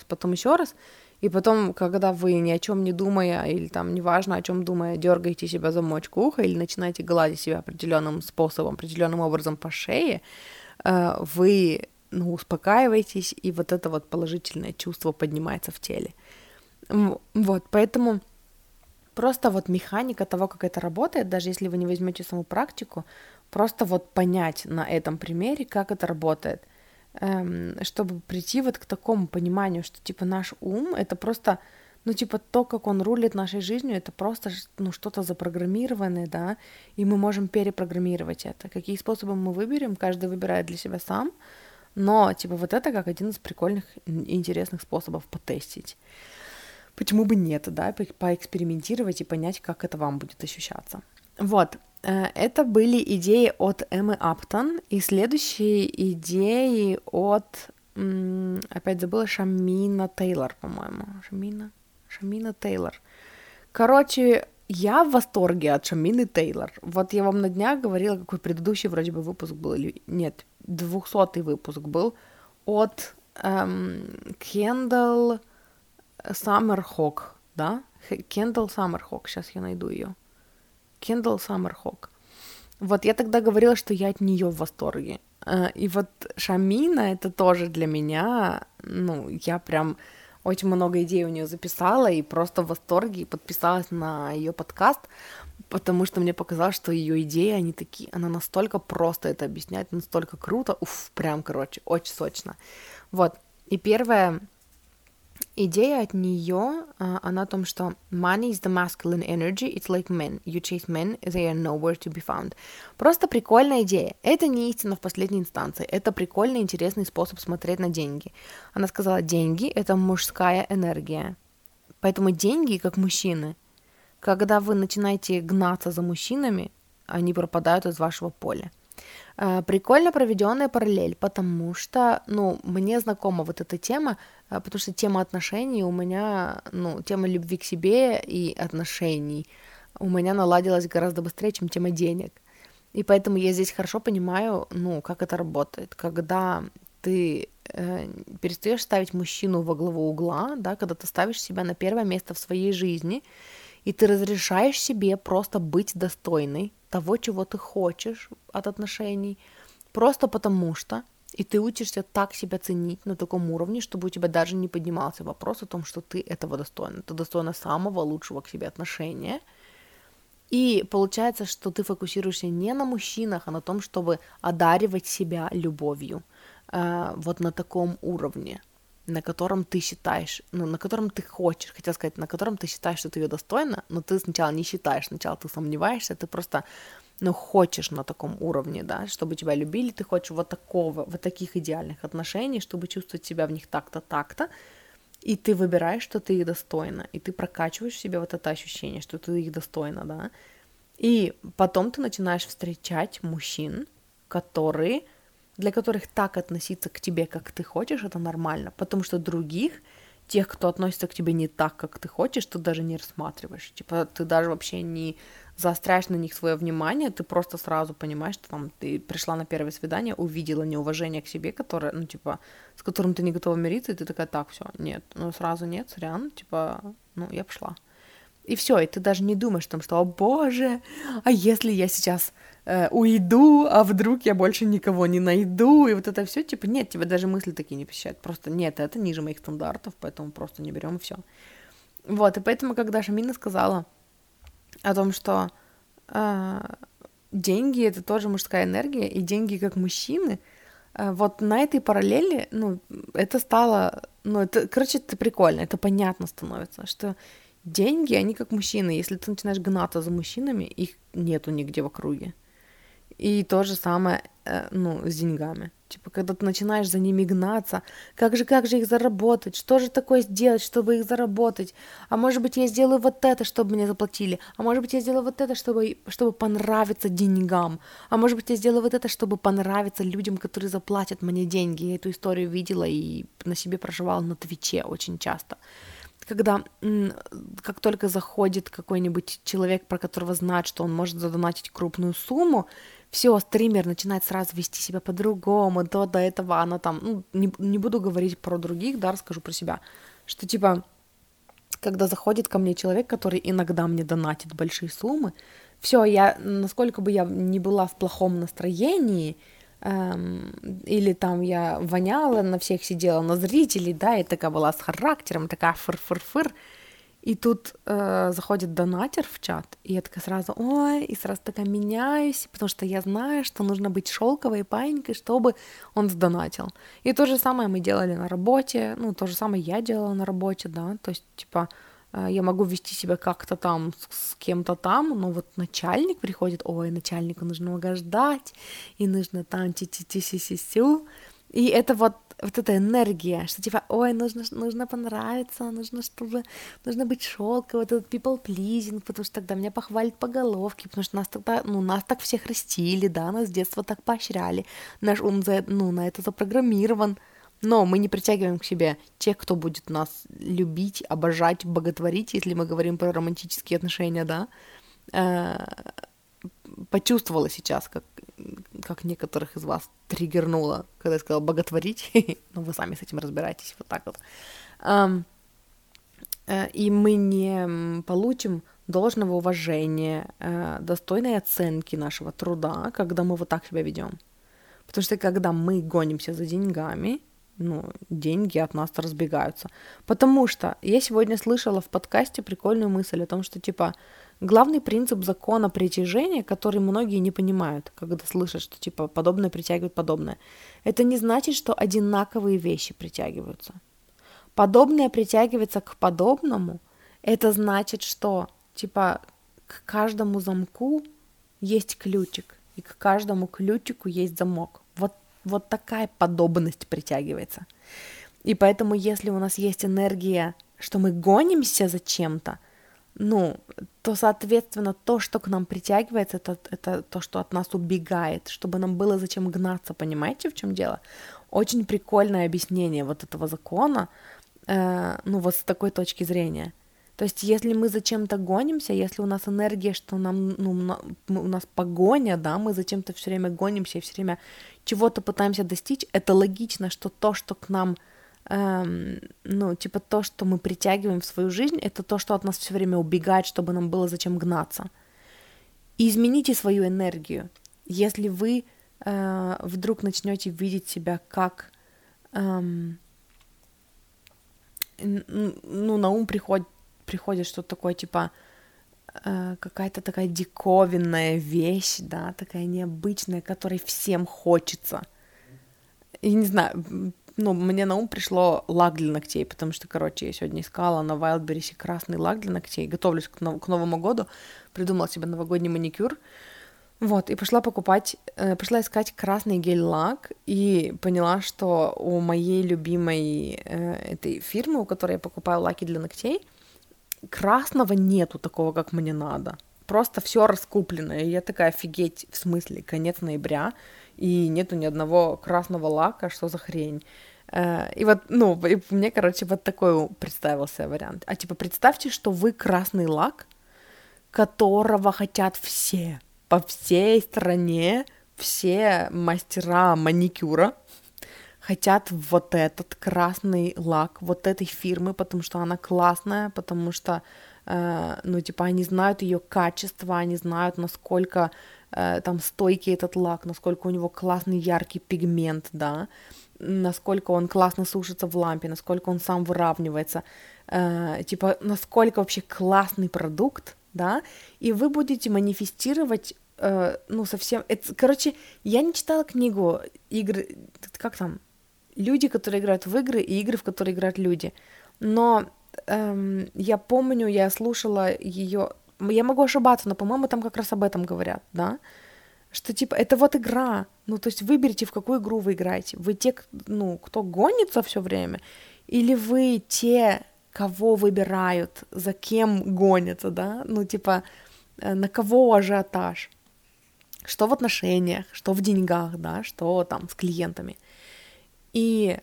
И потом, когда вы ни о чем не думая, или там неважно о чем думая, дергаете себя за мочку уха или начинаете гладить себя определенным способом, определенным образом по шее, вы успокаиваетесь, и вот это вот положительное чувство поднимается в теле. Вот, поэтому просто вот механика того, как это работает, даже если вы не возьмете саму практику, просто вот понять на этом примере, как это работает, чтобы прийти вот к такому пониманию, что, типа, наш ум — это просто, типа, то, как он рулит нашей жизнью, это просто, что-то запрограммированное, да, и мы можем перепрограммировать это. Какие способы мы выберем, каждый выбирает для себя сам, но, типа, вот это как один из прикольных, интересных способов потестить. Почему бы нет, да, поэкспериментировать и понять, как это вам будет ощущаться. Вот, это были идеи от Эммы Аптон, и следующие идеи от, опять забыла, Шамина Тейлор, по-моему. Шамина Тейлор. Короче, я в восторге от Шамины Тейлор. Вот я вам на днях говорила, какой предыдущий вроде бы выпуск был, или нет, 200-й выпуск был от Кендалл Саммерхок, да? Кендалл Саммерхок, сейчас я найду ее. Кендалл Саммерхок. Вот я тогда говорила, что я от нее в восторге. И вот Шамина — это тоже для меня, я прям очень много идей у нее записала и просто в восторге, и подписалась на ее подкаст, потому что мне показалось, что ее идеи, они такие, она настолько просто это объясняет, настолько круто, прям, короче, очень сочно. Вот, и первая идея от нее, она о том, что money is the masculine energy, it's like men. You chase men, they are nowhere to be found. Просто прикольная идея. Это не истина в последней инстанции. Это прикольный, интересный способ смотреть на деньги. Она сказала, деньги — это мужская энергия. Поэтому деньги, как мужчины, когда вы начинаете гнаться за мужчинами, они пропадают из вашего поля. Прикольно проведенная параллель, потому что, мне знакома вот эта тема, потому что тема отношений у меня, тема любви к себе и отношений у меня наладилась гораздо быстрее, чем тема денег. И поэтому я здесь хорошо понимаю, как это работает. Когда ты перестаешь ставить мужчину во главу угла, да, когда ты ставишь себя на первое место в своей жизни, и ты разрешаешь себе просто быть достойной того, чего ты хочешь от отношений, просто потому что, и ты учишься так себя ценить на таком уровне, чтобы у тебя даже не поднимался вопрос о том, что ты этого достойна. Ты достойна самого лучшего к себе отношения. И получается, что ты фокусируешься не на мужчинах, а на том, чтобы одаривать себя любовью. Вот на таком уровне, на котором ты считаешь, на котором ты хочешь, хотел сказать, на котором ты считаешь, что ты ее достойна, но ты сначала не считаешь, сначала ты сомневаешься, ты просто, хочешь на таком уровне, да, чтобы тебя любили, ты хочешь вот таких идеальных отношений, чтобы чувствовать себя в них так-то, так-то, и ты выбираешь, что ты их достойна, и ты прокачиваешь в себе вот это ощущение, что ты их достойна, да, и потом ты начинаешь встречать мужчин, для которых так относиться к тебе, как ты хочешь, это нормально, потому что других, тех, кто относится к тебе не так, как ты хочешь, ты даже не рассматриваешь, типа ты даже вообще не заостряешь на них свое внимание, ты просто сразу понимаешь, что там ты пришла на первое свидание, увидела неуважение к себе, которое, с которым ты не готова мириться, и ты такая, так, все, нет, сразу нет, сорян, я пошла. И все, и ты даже не думаешь о том, что, о боже, а если я сейчас уйду, а вдруг я больше никого не найду, и вот это все, нет, тебе даже мысли такие не посещают, просто нет, это ниже моих стандартов, поэтому просто не берем и все. Вот, и поэтому, когда Шамина сказала о том, что деньги — это тоже мужская энергия, и деньги как мужчины, вот на этой параллели, это стало, это прикольно, это понятно становится, что деньги, они как мужчины. Если ты начинаешь гнаться за мужчинами, их нету нигде в округе. И то же самое, с деньгами. Когда ты начинаешь за ними гнаться, как же их заработать? Что же такое сделать, чтобы их заработать? А может быть, я сделаю вот это, чтобы мне заплатили? А может быть, я сделаю вот это, чтобы понравиться деньгам? А может быть, я сделаю вот это, чтобы понравиться людям, которые заплатят мне деньги? Я эту историю видела и на себе проживала на Твиче очень часто. Когда как только заходит какой-нибудь человек, про которого знает, что он может задонатить крупную сумму, все, стример начинает сразу вести себя по-другому, до этого она там, не буду говорить про других, да, расскажу про себя, что когда заходит ко мне человек, который иногда мне донатит большие суммы, все, насколько бы я ни была в плохом настроении, или там я воняла, на всех сидела, на зрителей, да, и такая была с характером, такая фыр-фыр-фыр. И тут заходит донатер в чат, и я такая сразу, ой, и сразу такая меняюсь, потому что я знаю, что нужно быть шелковой паинькой, чтобы он сдонатил. И то же самое мы делали на работе, ну, то же самое я делала на работе, да, то есть, типа, я могу вести себя как-то там с кем-то там, но вот начальник приходит, ой, начальнику нужно угождать, и нужно там ти-ти-ти-си-си-сю, и это вот эта энергия, что типа, ой, нужно понравиться, нужно быть шелковым, вот этот people pleasing, потому что тогда меня похвалят по головке, потому что нас тогда, ну, нас так всех растили, да, нас с детства так поощряли, наш ум на это запрограммирован, но мы не притягиваем к себе тех, кто будет нас любить, обожать, боготворить, если мы говорим про романтические отношения, да, почувствовала сейчас, как некоторых из вас триггернуло, когда я сказала боготворить, ну, вы сами с этим разбираетесь, вот так вот. И мы не получим должного уважения, достойной оценки нашего труда, когда мы вот так себя ведем. Потому что когда мы гонимся за деньгами, ну, деньги от нас разбегаются. Потому что я сегодня слышала в подкасте прикольную мысль о том, что, типа, главный принцип закона притяжения, который многие не понимают, когда слышат, что, типа, подобное притягивает подобное, это не значит, что одинаковые вещи притягиваются. Подобное притягивается к подобному, это значит, что, типа, к каждому замку есть ключик, и к каждому ключику есть замок. Вот такая подобность притягивается. И поэтому, если у нас есть энергия, что мы гонимся за чем-то, ну, то, соответственно, то, что к нам притягивается, это то, что от нас убегает, чтобы нам было зачем гнаться, понимаете, в чем дело? Очень прикольное объяснение вот этого закона, ну, вот с такой точки зрения. То есть, если мы за чем-то гонимся, если у нас энергия, что нам, ну, у нас погоня, да, мы за чем-то все время гонимся и все время чего-то пытаемся достичь, это логично, что то, что к нам, ну, типа то, что мы притягиваем в свою жизнь, это то, что от нас все время убегает, чтобы нам было зачем гнаться. И измените свою энергию. Если вы вдруг начнете видеть себя как, ну, на ум приходит что-то такое, типа, какая-то такая диковинная вещь, да, такая необычная, которой всем хочется. И не знаю, ну, мне на ум пришло лак для ногтей, потому что, короче, я сегодня искала на Wildberries красный лак для ногтей, готовлюсь к Новому году, придумала себе новогодний маникюр, вот, и пошла искать красный гель-лак, и поняла, что у моей любимой этой фирмы, у которой я покупаю лаки для ногтей, красного нету такого, как мне надо. Просто все раскуплено. И я такая, офигеть, в смысле, конец ноября, и нету ни одного красного лака, что за хрень. И вот, ну, и мне, короче, вот такой представился вариант. А типа представьте, что вы красный лак, которого хотят все, по всей стране, все мастера маникюра, хотят вот этот красный лак вот этой фирмы, потому что она классная, потому что, ну, типа, они знают ее качество, они знают, насколько там стойкий этот лак, насколько у него классный яркий пигмент, да, насколько он классно сушится в лампе, насколько он сам выравнивается, типа, насколько вообще классный продукт, да, и вы будете манифестировать, ну, совсем... Короче, я не читала книгу игры, как там, люди, которые играют в игры, и игры, в которые играют люди. Но я помню, я слушала ее... Я могу ошибаться, но, по-моему, там как раз об этом говорят, да? Что, типа, это вот игра. Ну, то есть выберите, в какую игру вы играете. Вы те, ну, кто гонится все время, или вы те, кого выбирают, за кем гонятся, да? Ну, типа, на кого ажиотаж. Что в отношениях, что в деньгах, да, что там с клиентами. И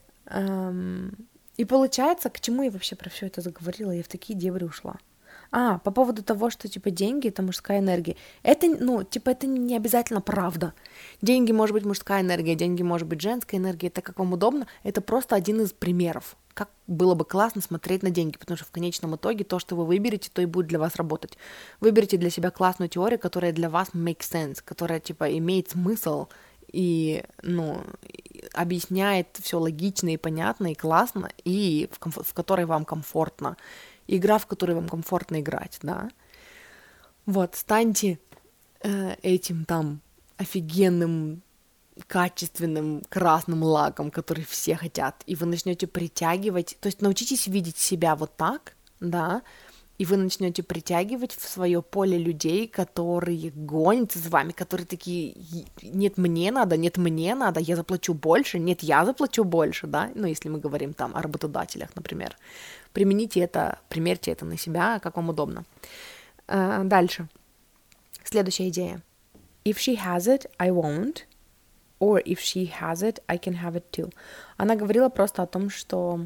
получается, к чему я вообще про все это заговорила, я в такие дебри ушла. По поводу того, что, типа, деньги — это мужская энергия. Это, ну, типа, это не обязательно правда. Деньги может быть мужская энергия, деньги может быть женская энергия, это как вам удобно. Это просто один из примеров, как было бы классно смотреть на деньги, потому что в конечном итоге то, что вы выберете, то и будет для вас работать. Выберите для себя классную теорию, которая для вас makes sense, которая, типа, имеет смысл, и, объясняет все логично и понятно, и классно, и в которой вам комфортно. Игра, в которой вам комфортно играть, да. Вот, станьте этим там офигенным, качественным красным лаком, который все хотят, и вы начнете притягивать, то есть научитесь видеть себя вот так, да, и вы начнете притягивать в свое поле людей, которые гонятся за вами, которые такие: нет, мне надо, я заплачу больше, нет, я заплачу больше, да, если мы говорим там о работодателях, например. Примерьте это на себя, как вам удобно. Дальше. Следующая идея. If she has it, I won't. Or if she has it, I can have it too. Она говорила просто о том, что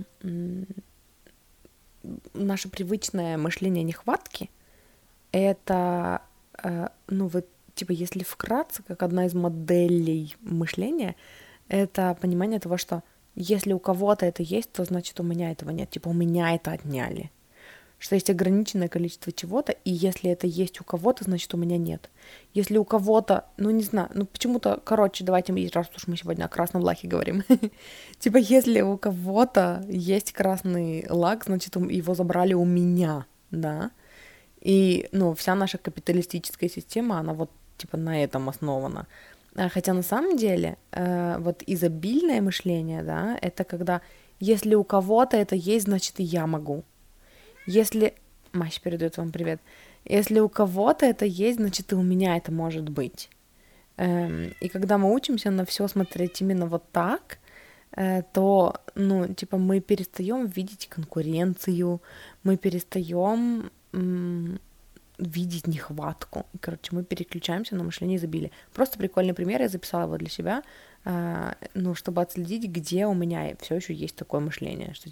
наше привычное мышление нехватки — это, если вкратце, как одна из моделей мышления, это понимание того, что если у кого-то это есть, то значит у меня этого нет, у меня это отняли. Что есть ограниченное количество чего-то, и если это есть у кого-то, значит у меня нет. Если у кого-то, почему-то, давайте раз уж мы сегодня о красном лаке говорим. Если у кого-то есть красный лак, значит его забрали у меня, да. И, вся наша капиталистическая система, она на этом основана. Хотя на самом деле изобильное мышление, да, это когда если у кого-то это есть, значит и я могу. Если... Мася передает вам привет. Если у кого-то это есть, значит и у меня это может быть. И когда мы учимся на все смотреть именно вот так, то, мы перестаем видеть конкуренцию, мы перестаем видеть нехватку. Мы переключаемся на мышление изобилия. Просто прикольный пример, я записала его для себя, чтобы отследить, где у меня все еще есть такое мышление, что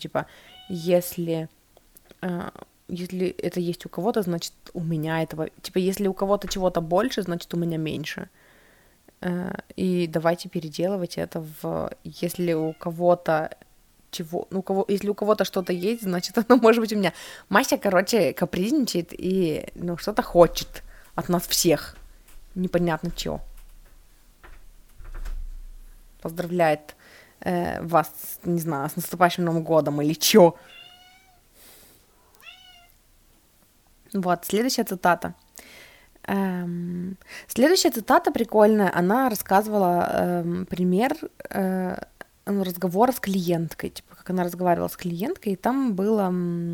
если это есть у кого-то, значит у меня этого... если у кого-то чего-то больше, значит у меня меньше. И давайте переделывать это если у кого-то если у кого-то что-то есть, значит оно может быть у меня. Мася, капризничает и что-то хочет от нас всех. Непонятно чего. Поздравляет вас, не знаю, с наступающим Новым годом или чё. Вот, следующая цитата. Следующая цитата прикольная. Она рассказывала пример разговора с клиенткой. Как она разговаривала с клиенткой, и там было,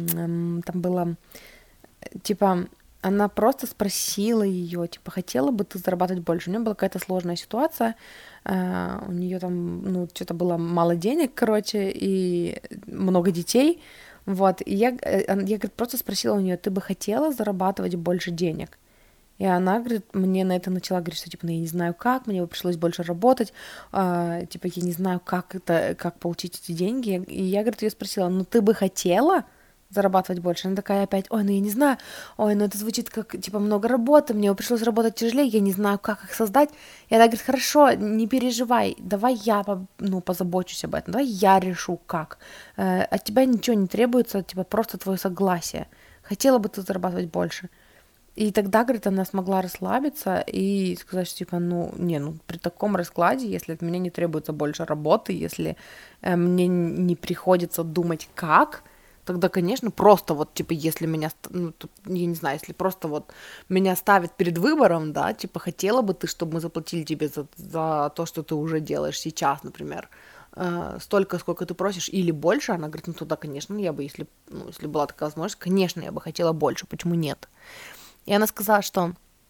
она просто спросила ее, хотела бы ты зарабатывать больше? У нее была какая-то сложная ситуация, у нее там, что-то было мало денег, и много детей. Вот, и я просто спросила у нее: ты бы хотела зарабатывать больше денег? И она, мне на это начала говорить, что, я не знаю как, мне бы пришлось больше работать, я не знаю, как получить эти деньги. И я, ее спросила: ты бы хотела зарабатывать больше? Она такая опять: я не знаю, это звучит как, много работы, мне пришлось работать тяжелее, я не знаю, как их создать. И она говорит: хорошо, не переживай, давай я, позабочусь об этом, давай я решу, как. От тебя ничего не требуется, просто твое согласие. Хотела бы ты зарабатывать больше? И тогда, она смогла расслабиться и сказать, что, при таком раскладе, если от меня не требуется больше работы, если мне не приходится думать, как, тогда, конечно, просто если меня, я не знаю, если просто меня ставят перед выбором, да, хотела бы ты, чтобы мы заплатили тебе за то, что ты уже делаешь сейчас, например, столько, сколько ты просишь, или больше, она говорит: тогда, конечно, я бы, если была такая возможность, конечно, я бы хотела больше, почему нет? И она сказала, что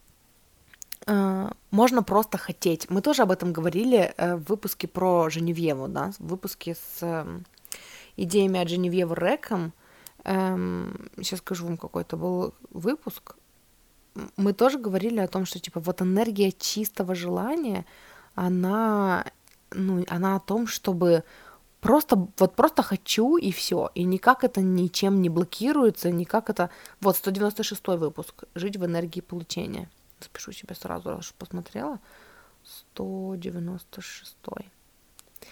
можно просто хотеть. Мы тоже об этом говорили в выпуске про Женевьеву, да, в выпуске с идеями от Женевьевы Рэком. Сейчас скажу вам, какой это был выпуск. Мы тоже говорили о том, что энергия чистого желания, она о том, чтобы просто хочу и все, и никак это ничем не блокируется, никак это... 196-й выпуск «Жить в энергии получения». Запишу себе сразу, раз уж посмотрела. 196-й.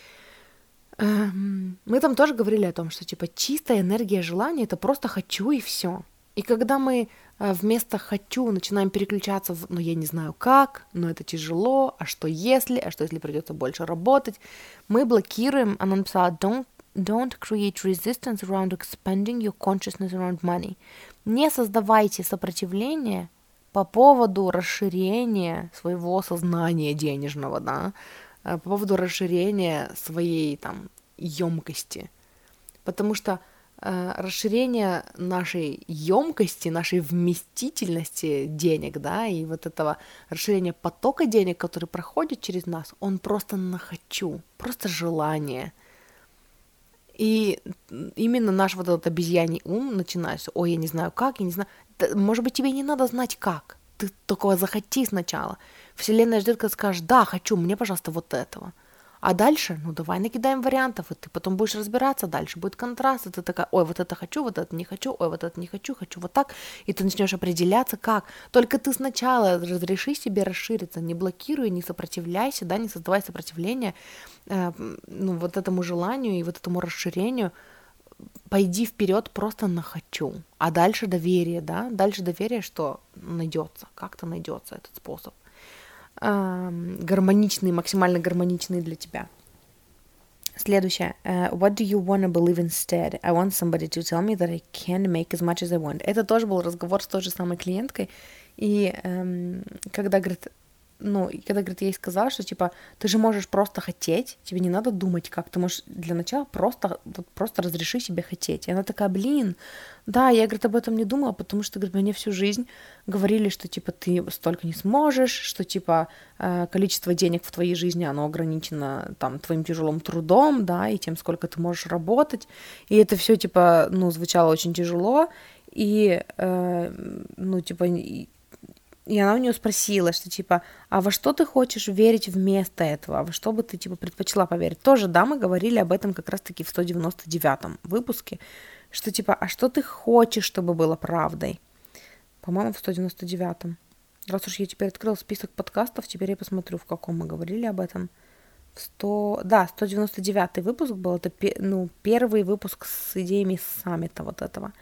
Мы там тоже говорили о том, что чистая энергия желания — это просто хочу и все. И когда мы вместо «хочу» начинаем переключаться в «ну я не знаю как», «но это тяжело», «а что если придется больше работать», мы блокируем, она написала don't create resistance around expanding your consciousness around money. Не создавайте сопротивление по поводу расширения своего сознания денежного, да, по поводу расширения своей там емкости. Потому что расширение нашей емкости, нашей вместительности денег, да, и вот этого расширения потока денег, который проходит через нас, он просто на хочу, просто желание. И именно наш вот этот обезьяний ум начинается, ой, я не знаю как, я не знаю, да, может быть, тебе не надо знать как, ты только захоти сначала. Вселенная ждет, когда скажешь, да, хочу, мне, пожалуйста, вот этого. А дальше, ну давай накидаем вариантов, и ты потом будешь разбираться дальше, будет контраст, и ты такая, ой, вот это хочу, вот это не хочу, ой, вот это не хочу, хочу вот так, и ты начнешь определяться, как. Только ты сначала разреши себе расшириться, не блокируй, не сопротивляйся, да, не создавай сопротивления, ну, вот этому желанию и вот этому расширению, пойди вперед просто на хочу. А дальше доверие, да, дальше доверие, что найдется, как-то найдется этот способ. Гармоничный, максимально гармоничный для тебя. Следующее. What do you want to believe instead? I want somebody to tell me that I can make as much as I want. Это тоже был разговор с той же самой клиенткой. И когда, говорит, я ей сказала, что, типа, ты же можешь просто хотеть, тебе не надо думать, как, ты можешь для начала просто разреши себе хотеть. И она такая, блин, да, я, говорит, об этом не думала, потому что, говорит, мне всю жизнь говорили, что, типа, ты столько не сможешь, что, типа, количество денег в твоей жизни, оно ограничено, там, твоим тяжелым трудом, да, и тем, сколько ты можешь работать, и это все, типа, ну, звучало очень тяжело, и, и она у нее спросила, что, типа, а во что ты хочешь верить вместо этого? А во что бы ты, типа, предпочла поверить? Тоже, да, мы говорили об этом как раз-таки в 199-м выпуске, что, типа, а что ты хочешь, чтобы было правдой? По-моему, в 199-м. Раз уж я теперь открыла список подкастов, теперь я посмотрю, в каком мы говорили об этом. 199-й выпуск был, это, первый выпуск с идеями саммита вот этого.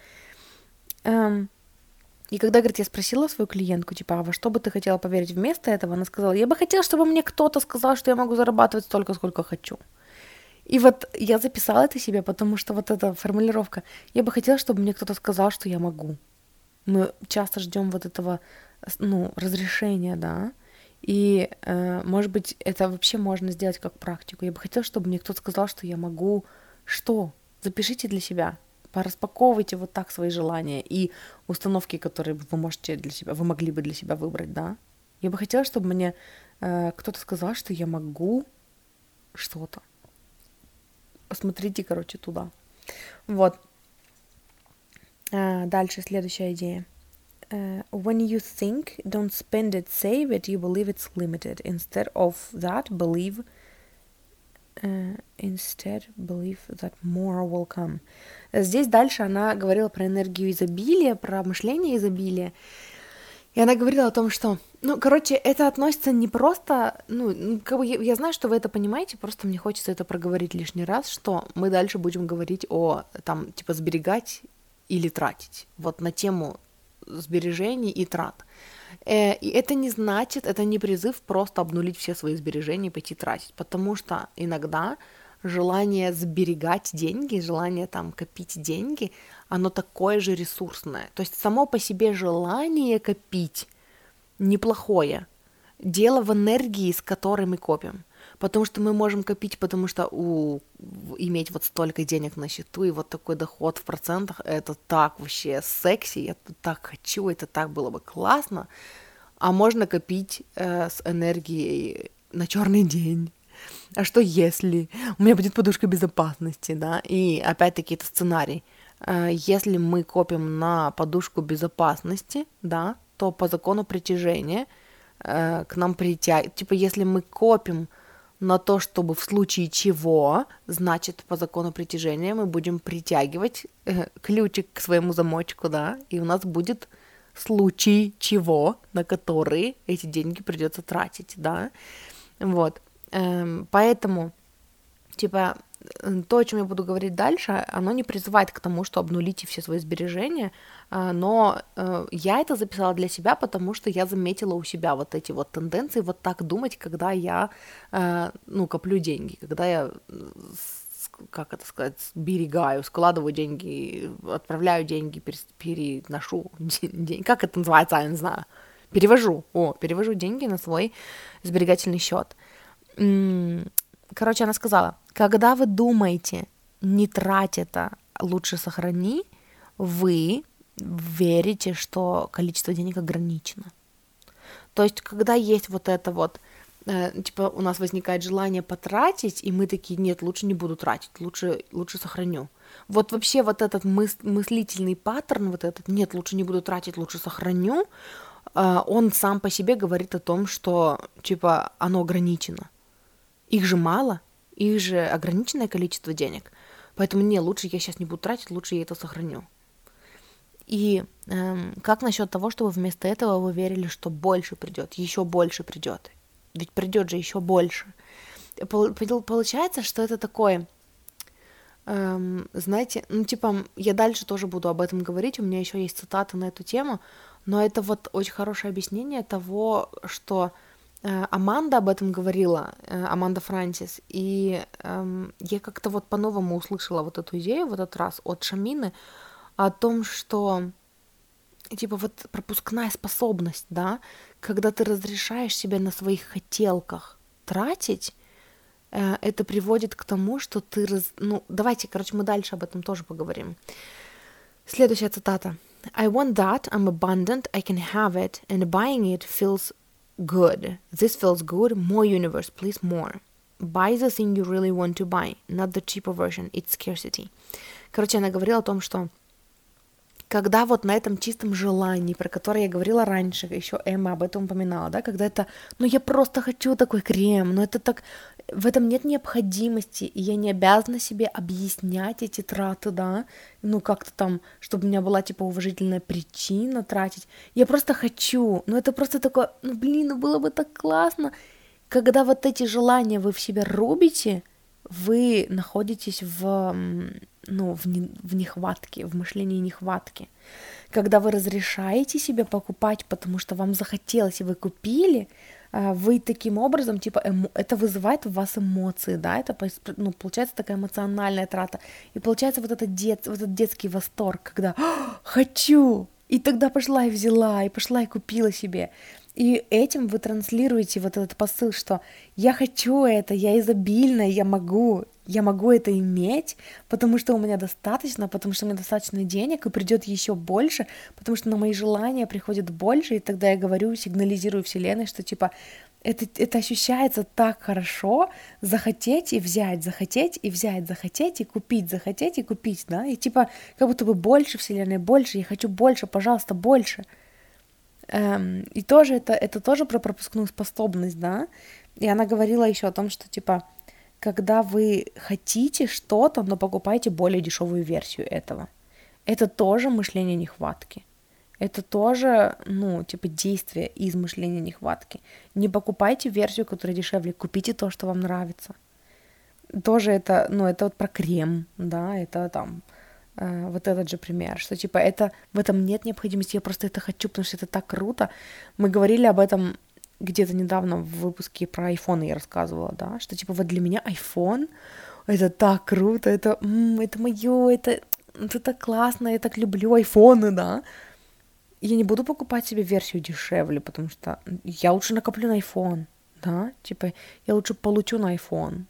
И когда, говорит, я спросила свою клиентку, типа, а во что бы ты хотела поверить вместо этого, она сказала, я бы хотела, чтобы мне кто-то сказал, что я могу зарабатывать столько, сколько хочу. И вот я записала это себе, потому что вот эта формулировка, я бы хотела, чтобы мне кто-то сказал, что я могу. Мы часто ждем вот этого, разрешения, да, и, может быть, это вообще можно сделать как практику. Я бы хотела, чтобы мне кто-то сказал, что я могу. Что? Запишите для себя. Пораспаковывайте вот так свои желания и установки, которые вы могли бы для себя выбрать, да. Я бы хотела, чтобы мне кто-то сказал, что я могу что-то. Посмотрите, короче, туда. Вот. Дальше следующая идея. When you think, don't spend it, save it, you believe it's limited. Instead of that, believe that more will come. Здесь дальше она говорила про энергию изобилия, про мышление изобилия. И она говорила о том, что, это относится не просто, я знаю, что вы это понимаете, просто мне хочется это проговорить лишний раз, что мы дальше будем говорить о, там, типа, сберегать или тратить, вот на тему сбережений и трат. И это не значит, это не призыв просто обнулить все свои сбережения и пойти тратить, потому что иногда желание сберегать деньги, желание там копить деньги, оно такое же ресурсное. То есть само по себе желание копить неплохое. Дело в энергии, с которой мы копим. Потому что мы можем копить, потому что иметь вот столько денег на счету и вот такой доход в процентах, это так вообще секси, я так хочу, это так было бы классно. А можно копить с энергией на черный день. А что если у меня будет подушка безопасности, да? И опять-таки это сценарий. Если мы копим на подушку безопасности, да, то по закону притяжения к нам притягивает. Типа, если мы копим на то, чтобы в случае чего, значит, по закону притяжения мы будем притягивать ключик к своему замочку, да, и у нас будет случай чего, на который эти деньги придется тратить, да, вот. Поэтому, типа, то, о чем я буду говорить дальше, оно не призывает к тому, что обнулите все свои сбережения, но я это записала для себя, потому что я заметила у себя вот эти вот тенденции вот так думать, когда я, коплю деньги, когда я, как это сказать, сберегаю, складываю деньги, отправляю деньги, переношу деньги, как это называется, я не знаю, перевожу деньги на свой сберегательный счет. Короче, она сказала, когда вы думаете, не трать это, лучше сохрани, вы верите, что количество денег ограничено. То есть, когда есть вот это вот, у нас возникает желание потратить, и мы такие, нет, лучше не буду тратить, лучше сохраню. Вот вообще вот этот мыслительный паттерн, вот этот, нет, лучше не буду тратить, лучше сохраню, он сам по себе говорит о том, что, оно ограничено. Их же мало, их же ограниченное количество денег. Поэтому лучше я сейчас не буду тратить, лучше я это сохраню. И как насчет того, чтобы вместо этого вы верили, что больше придет, еще больше придет? Ведь придет же еще больше. Получается, что это такое, знаете, я дальше тоже буду об этом говорить, у меня еще есть цитаты на эту тему, но это вот очень хорошее объяснение того, что Аманда об этом говорила, Аманда Франсис, и я как-то вот по-новому услышала вот эту идею в этот раз от Шамины о том, что вот пропускная способность, да, когда ты разрешаешь себе на своих хотелках тратить, это приводит к тому, что ты... давайте, мы дальше об этом тоже поговорим. Следующая цитата. I want that, I'm abundant, I can have it, and buying it feels good. This feels good. More universe, please more. Buy the thing you really want to buy, not the cheaper version. It's scarcity. Она говорила о том, что когда вот на этом чистом желании, про которое я говорила раньше, еще Эмма об этом упоминала, да, когда это, я просто хочу такой крем, но это так, в этом нет необходимости, и я не обязана себе объяснять эти траты, да, как-то там, чтобы у меня была, уважительная причина тратить, я просто хочу, это просто такое, было бы так классно, когда вот эти желания вы в себе рубите, вы находитесь в нехватке, в мышлении нехватки. Когда вы разрешаете себе покупать, потому что вам захотелось, и вы купили, вы таким образом, это вызывает в вас эмоции, да, это, получается такая эмоциональная трата. И получается вот этот детский восторг, когда «хочу!» И тогда пошла и взяла, и пошла и купила себе. И этим вы транслируете вот этот посыл, что я хочу это, я изобильна, я могу это иметь, потому что у меня достаточно, потому что у меня достаточно денег, и придет еще больше, потому что на мои желания приходит больше, и тогда я говорю, сигнализирую Вселенной, что это ощущается так хорошо, захотеть и взять, захотеть и взять, захотеть и купить, да, и как будто бы больше Вселенной, больше, я хочу больше, пожалуйста, больше. И тоже это тоже про пропускную способность, да, и она говорила еще о том, что, когда вы хотите что-то, но покупаете более дешевую версию этого, это тоже мышление нехватки, это тоже, действие из мышления нехватки. Не покупайте версию, которая дешевле, купите то, что вам нравится. Тоже это вот про крем, да, это там... вот этот же пример, что это в этом нет необходимости, я просто это хочу, потому что это так круто. Мы говорили об этом где-то недавно в выпуске про айфоны, я рассказывала, да, что вот для меня iPhone это так круто, это моё, это так классно, я так люблю айфоны, да. Я не буду покупать себе версию дешевле, потому что я лучше накоплю на iPhone, да, я лучше получу на iPhone.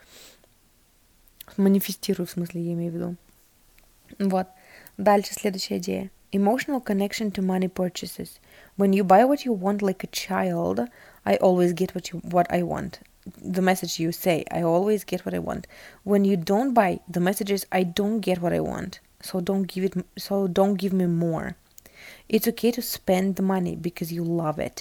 Манифестирую, в смысле, я имею в виду. Вот. Дальше следующая идея. Emotional connection to money purchases. When you buy what you want like a child, I always get what I want. The message you say, I always get what I want. When you don't buy, the message is, I don't get what I want. So don't give me more. It's okay to spend the money because you love it.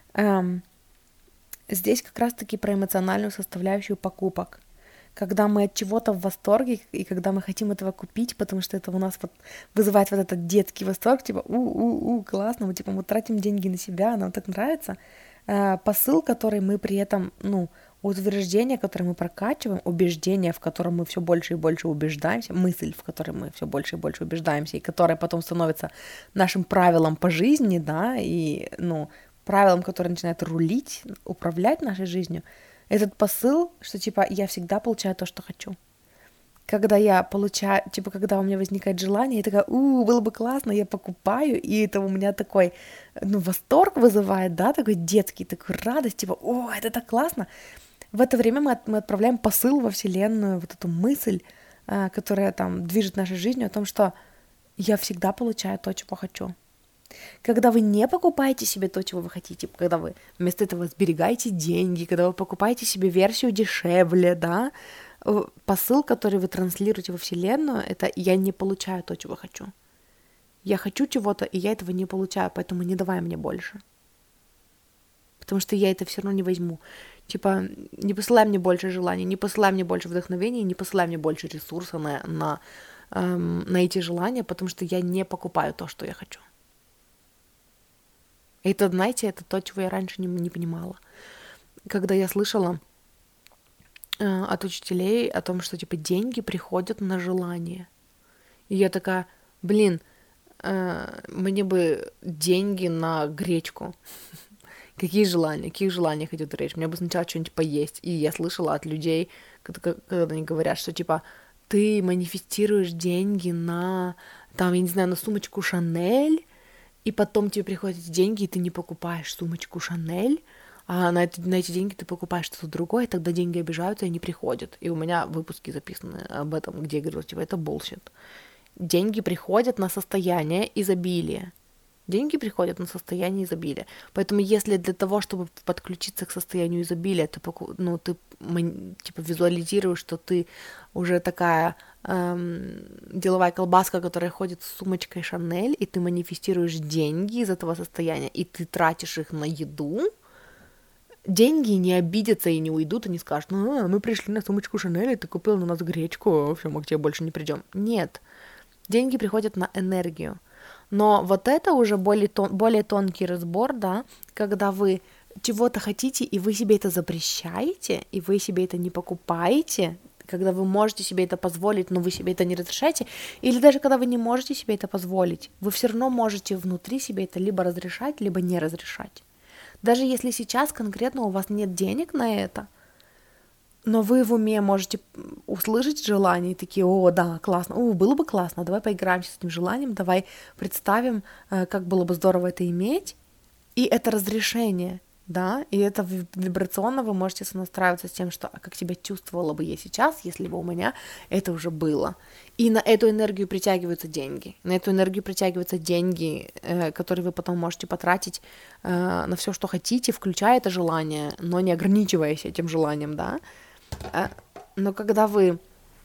Здесь как раз-таки про эмоциональную составляющую покупок. Когда мы от чего-то в восторге, и когда мы хотим этого купить, потому что это у нас вот вызывает вот этот детский восторг, классно, мы тратим деньги на себя, нам так нравится, посыл, который мы при этом, утверждение, которое мы прокачиваем, убеждение, в котором мы все больше и больше убеждаемся, мысль, в которой мы все больше и больше убеждаемся, и которая потом становится нашим правилом по жизни, да, и, правилом, которое начинает рулить, управлять нашей жизнью, этот посыл, что, я всегда получаю то, что хочу. Когда я получаю, когда у меня возникает желание, я такая, было бы классно, я покупаю, и это у меня такой, восторг вызывает, да, такой детский, такую радость, это так классно. В это время мы отправляем посыл во Вселенную, вот эту мысль, которая там движет нашей жизнью, о том, что я всегда получаю то, чего хочу. Когда вы не покупаете себе то, чего вы хотите, когда вы вместо этого сберегаете деньги, когда вы покупаете себе версию дешевле, да, посыл, который вы транслируете во Вселенную, это «я не получаю то, чего хочу». Я хочу чего-то, и я этого не получаю, поэтому не давай мне больше. Потому что я это все равно не возьму. Не посылай мне больше желаний, не посылай мне больше вдохновения, не посылай мне больше ресурса на эти желания, потому что я не покупаю то, что я хочу. И это, знаете, это то, чего я раньше не понимала. Когда я слышала от учителей о том, что, деньги приходят на желание. И я такая, мне бы деньги на гречку. Каких желаниях идет речь? Мне бы сначала что-нибудь поесть. И я слышала от людей, когда они говорят, что, ты манифестируешь деньги на, я не знаю, на сумочку Шанель, и потом тебе приходят эти деньги, и ты не покупаешь сумочку Шанель, а на эти деньги ты покупаешь что-то другое, и тогда деньги обижаются и не приходят. И у меня выпуски записаны об этом, где я говорю, это bullshit. Деньги приходят на состояние изобилия. Деньги приходят на состояние изобилия. Поэтому если для того, чтобы подключиться к состоянию изобилия, ты визуализируешь, что ты уже такая деловая колбаска, которая ходит с сумочкой Шанель, и ты манифестируешь деньги из этого состояния, и ты тратишь их на еду, деньги не обидятся и не уйдут, и не скажут, мы пришли на сумочку Шанель, и ты купил на нас гречку, все, мы к тебе больше не придем. Нет. Деньги приходят на энергию. Но вот это уже более тонкий разбор, да, когда вы чего-то хотите, и вы себе это запрещаете, и вы себе это не покупаете, когда вы можете себе это позволить, но вы себе это не разрешаете, или даже когда вы не можете себе это позволить, вы все равно можете внутри себе это либо разрешать, либо не разрешать. Даже если сейчас конкретно у вас нет денег на это, но вы в уме можете услышать желание и такие, да, классно, было бы классно, давай поиграемся с этим желанием, давай представим, как было бы здорово это иметь, и это разрешение, да, и это вибрационно вы можете сонастраиваться с тем, что как себя чувствовала бы я сейчас, если бы у меня это уже было. И на эту энергию притягиваются деньги, которые вы потом можете потратить на все, что хотите, включая это желание, но не ограничиваясь этим желанием, да. Но когда вы,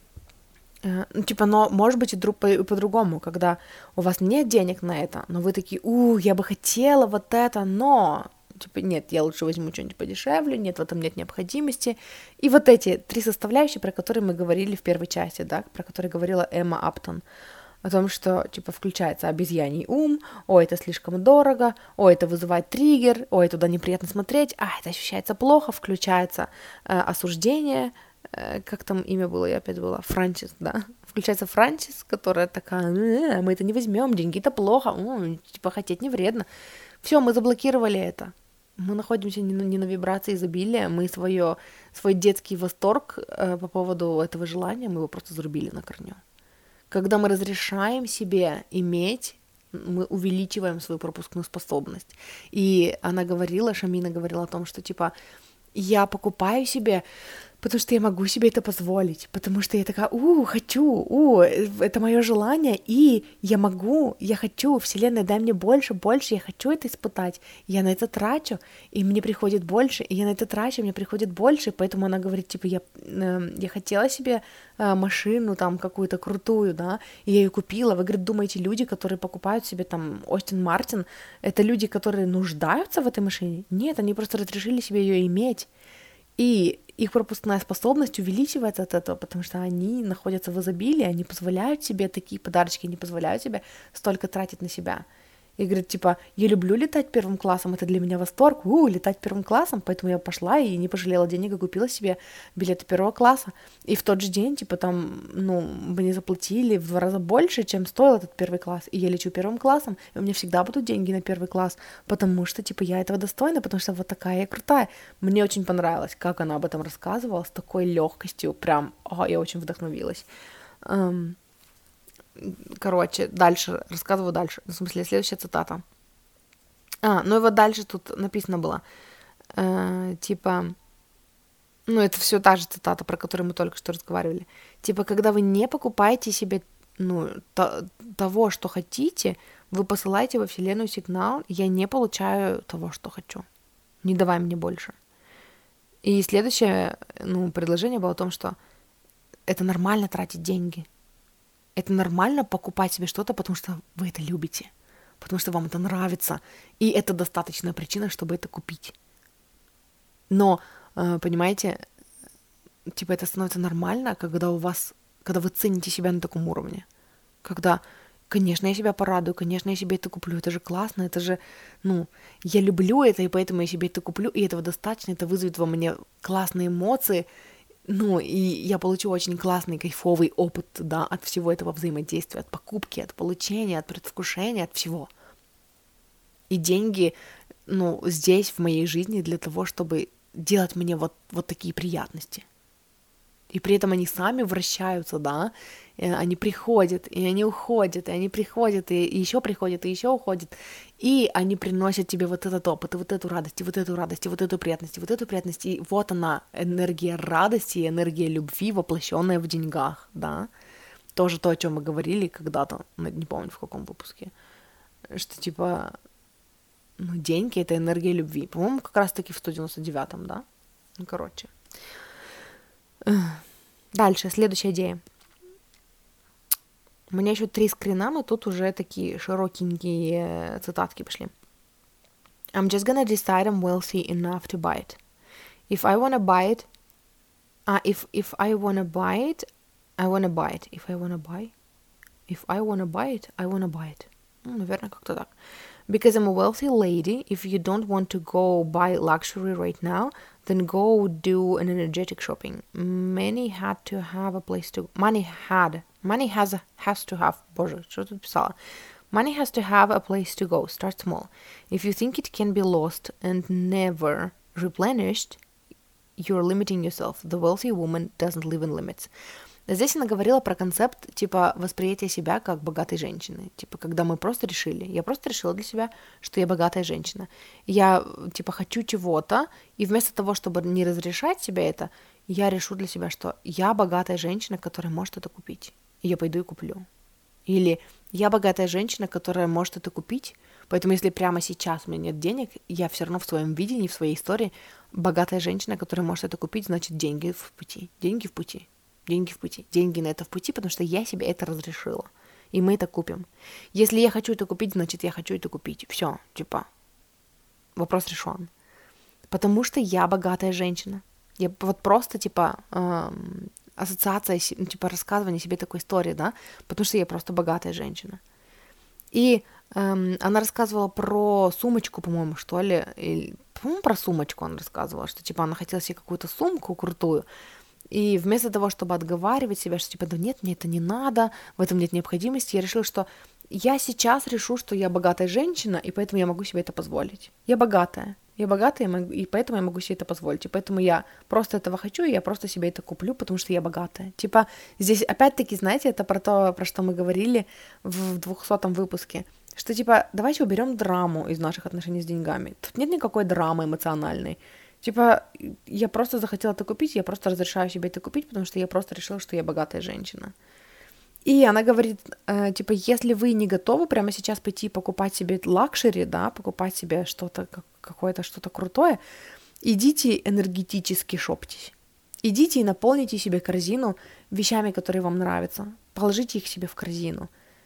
но может быть и по-другому, когда у вас нет денег на это, но вы такие, я бы хотела вот это, но, нет, я лучше возьму что-нибудь подешевле, нет, в этом нет необходимости. И вот эти 3 составляющие, про которые мы говорили в первой части, да, про которые говорила Эмма Аптон, о том, что, включается обезьяний ум, это слишком дорого, это вызывает триггер, туда неприятно смотреть, это ощущается плохо, включается осуждение, как там имя было, я опять забыла, Франсис, да, включается Франсис, которая такая, мы это не возьмем, деньги-то плохо, хотеть не вредно. Все, мы заблокировали это. Мы находимся не на вибрации изобилия, мы свой детский восторг по поводу этого желания, мы его просто зарубили на корню. Когда мы разрешаем себе иметь, мы увеличиваем свою пропускную способность. И Шамина говорила о том, что, я покупаю себе, потому что я могу себе это позволить, потому что я такая, хочу, это мое желание, и я хочу, Вселенная, дай мне больше, я хочу это испытать, я на это трачу, и мне приходит больше, и я на это трачу, мне приходит больше, поэтому она говорит, я хотела себе машину там какую-то крутую, да, и я ее купила. Вы, говорит, думаете, люди, которые покупают себе там Остин Мартин, это люди, которые нуждаются в этой машине? Нет, они просто разрешили себе ее иметь. И их пропускная способность увеличивается от этого, потому что они находятся в изобилии, они позволяют себе такие подарочки, не позволяют себе столько тратить на себя. И говорит, типа, я люблю летать первым классом, это для меня восторг, летать первым классом, поэтому я пошла и не пожалела денег и купила себе билеты первого класса. И в тот же день, типа, там, мне заплатили в 2 раза больше, чем стоил этот первый класс. И я лечу первым классом, и у меня всегда будут деньги на первый класс, потому что, типа, я этого достойна, потому что вот такая я крутая. Мне очень понравилось, как она об этом рассказывала, с такой легкостью, прям, я очень вдохновилась. Короче, дальше, рассказываю дальше. В смысле, следующая цитата. И вот дальше тут написано было, типа, это все та же цитата, про которую мы только что разговаривали. Типа, когда вы не покупаете себе, того, что хотите, вы посылаете во Вселенную сигнал, я не получаю того, что хочу. Не давай мне больше. И следующее, предложение было о том, что это нормально тратить деньги. Это нормально покупать себе что-то, потому что вы это любите, потому что вам это нравится, и это достаточная причина, чтобы это купить. Но, понимаете, типа это становится нормально, когда вы цените себя на таком уровне, когда, конечно, я себя порадую, конечно, я себе это куплю, это же классно, это же, я люблю это, и поэтому я себе это куплю, и этого достаточно, это вызовет во мне классные эмоции, и я получу очень классный, кайфовый опыт, да, от всего этого взаимодействия, от покупки, от получения, от предвкушения, от всего. И деньги, здесь, в моей жизни, для того, чтобы делать мне вот такие приятности. И при этом они сами вращаются, да, и они приходят, и они уходят, и они приходят, и еще приходят, и еще уходят, и они приносят тебе вот этот опыт, и вот эту радость, и вот эту радость, и вот эту приятность, и вот эту приятность, и вот она, энергия радости, и энергия любви, воплощенная в деньгах, да, тоже то, о чем мы говорили когда-то, не помню в каком выпуске, что типа, деньги — это энергия любви, по-моему, как раз-таки в 199-м, да, короче. Дальше, следующая идея. У меня еще 3 скрина, но тут уже такие широкенькие цитатки пошли. I'm just gonna decide I'm wealthy enough to buy it. If I wanna buy it, if I wanna buy it, I wanna buy it. If I wanna buy it, I wanna buy it. Наверное, как-то так. Because I'm a wealthy lady, if you don't want to go buy luxury right now, then go do an energetic shopping. Money has to have, боже, что тут писала? Money has to have a place to go. Start small. If you think it can be lost and never replenished, you're limiting yourself. The wealthy woman doesn't live in limits. Здесь она говорила про концепт, типа, восприятия себя как богатой женщины. Типа, когда я просто решила для себя, что я богатая женщина. Я, типа, хочу чего-то, и вместо того, чтобы не разрешать себе это, я решу для себя, что я богатая женщина, которая может это купить. И я пойду и куплю. Или я богатая женщина, которая может это купить, поэтому если прямо сейчас у меня нет денег, я все равно в своем видении, в своей истории богатая женщина, которая может это купить, значит, деньги в пути. Деньги в пути. Деньги в пути. Деньги на это в пути, потому что я себе это разрешила. И мы это купим. Если я хочу это купить, значит, я хочу это купить. Все, типа, вопрос решен. Потому что я богатая женщина. Я вот просто, типа, ассоциация, типа, рассказывание себе такой истории, да, потому что я просто богатая женщина. И она рассказывала про сумочку, по-моему, что ли, или, по-моему, про сумочку она рассказывала, что, типа, она хотела себе какую-то сумку крутую, и вместо того, чтобы отговаривать себя, что типа, да нет, мне это не надо, в этом нет необходимости, я решила, что я сейчас решу, что я богатая женщина, и поэтому я могу себе это позволить. Я богатая, и поэтому я могу себе это позволить. И поэтому я просто этого хочу, и я просто себе это куплю, потому что я богатая. Типа, здесь опять-таки, знаете, это про то, про что мы говорили в 200-м выпуске, что типа, давайте уберем драму из наших отношений с деньгами. Тут нет никакой драмы эмоциональной. Типа, я просто захотела это купить, я просто разрешаю себе это купить, потому что я просто решила, что я богатая женщина. И она говорит, типа, если вы не готовы прямо сейчас пойти покупать себе лакшери, да, покупать себе что-то, какое-то что-то крутое, идите энергетически шоптесь. Идите и наполните себе корзину вещами, которые вам нравятся. Положите их себе в корзину.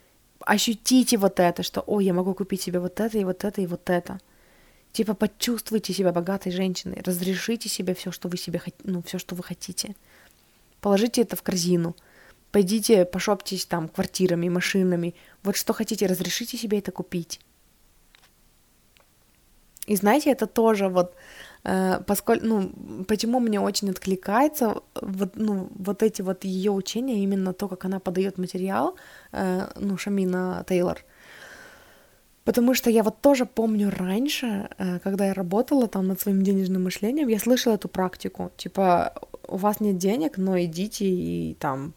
Ощутите вот это, что, я могу купить себе вот это, и вот это, и вот это. Типа, почувствуйте себя богатой женщиной, разрешите себе все, что вы себе, все, что вы хотите. Положите это в корзину. Пойдите, пошоптесь там квартирами, машинами. Вот что хотите, разрешите себе это купить. И знаете, это тоже вот, поскольку, почему мне очень откликается вот эти вот ее учения, именно то, как она подает материал, Шамина Тейлор. Потому что я вот тоже помню раньше, когда я работала там над своим денежным мышлением, я слышала эту практику. Типа, у вас нет денег, но идите и там,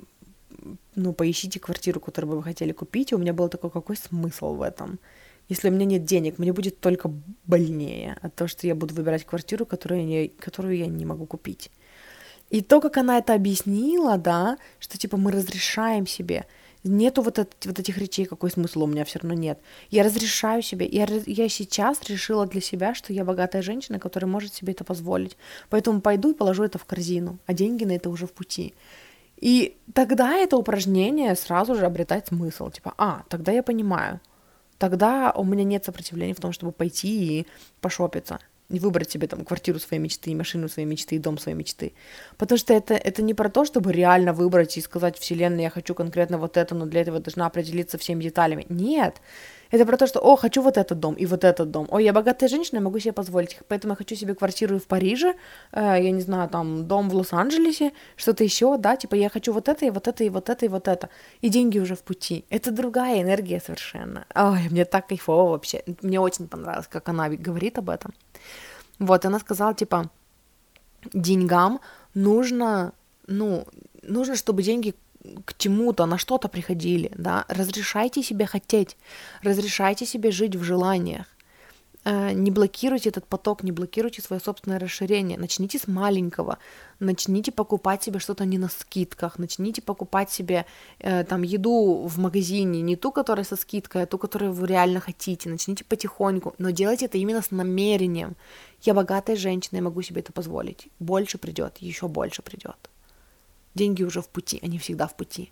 поищите квартиру, которую бы вы хотели купить. И у меня был такой, какой смысл в этом? Если у меня нет денег, мне будет только больнее от того, что я буду выбирать квартиру, которую я не могу купить. И то, как она это объяснила, да, что типа мы разрешаем себе, нету вот этих речей, какой смысл у меня все равно нет. Я разрешаю себе, я сейчас решила для себя, что я богатая женщина, которая может себе это позволить. Поэтому пойду и положу это в корзину, а деньги на это уже в пути. И тогда это упражнение сразу же обретает смысл. Типа, тогда я понимаю. Тогда у меня нет сопротивления в том, чтобы пойти и пошопиться. И выбрать себе там квартиру своей мечты, машину своей мечты, дом своей мечты. Потому что это не про то, чтобы реально выбрать и сказать вселенной, я хочу конкретно вот это, но для этого должна определиться всеми деталями. Нет. Это про то, что, хочу вот этот дом и вот этот дом. Ой, я богатая женщина, я могу себе позволить. Поэтому я хочу себе квартиру в Париже, я не знаю, там, дом в Лос-Анджелесе, что-то еще, да, типа я хочу вот это, и вот это, и вот это, и вот это. И деньги уже в пути. Это другая энергия совершенно. Ой, мне так кайфово вообще. Мне очень понравилось, как она говорит об этом. Вот, она сказала, типа, деньгам нужно, чтобы деньги к чему-то, на что-то приходили, да, разрешайте себе хотеть, разрешайте себе жить в желаниях, не блокируйте этот поток, не блокируйте свое собственное расширение, начните с маленького, начните покупать себе что-то не на скидках, начните покупать себе там еду в магазине, не ту, которая со скидкой, а ту, которую вы реально хотите, начните потихоньку, но делайте это именно с намерением. Я богатая женщина, я могу себе это позволить, больше придет, еще больше придет. Деньги уже в пути, они всегда в пути.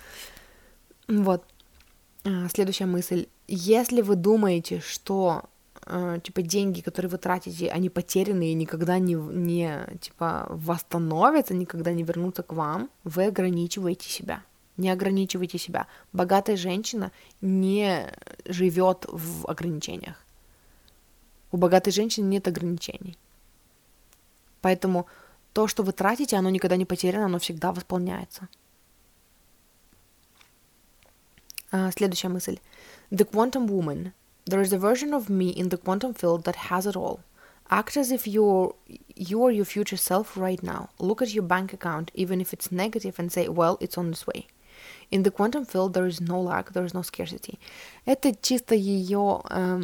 Вот. Следующая мысль. Если вы думаете, что деньги, которые вы тратите, они потеряны и никогда не восстановятся, никогда не вернутся к вам, вы ограничиваете себя. Не ограничивайте себя. Богатая женщина не живет в ограничениях. У богатой женщины нет ограничений. Поэтому то, что вы тратите, оно никогда не потеряно, оно всегда восполняется. Следующая мысль. The Quantum Woman. There is a version of me in the quantum field that has it all. Act as if you are your future self right now. Look at your bank account, even if it's negative, and say, well, it's on its way. In the quantum field there is no lack, there is no scarcity. Это чисто ее,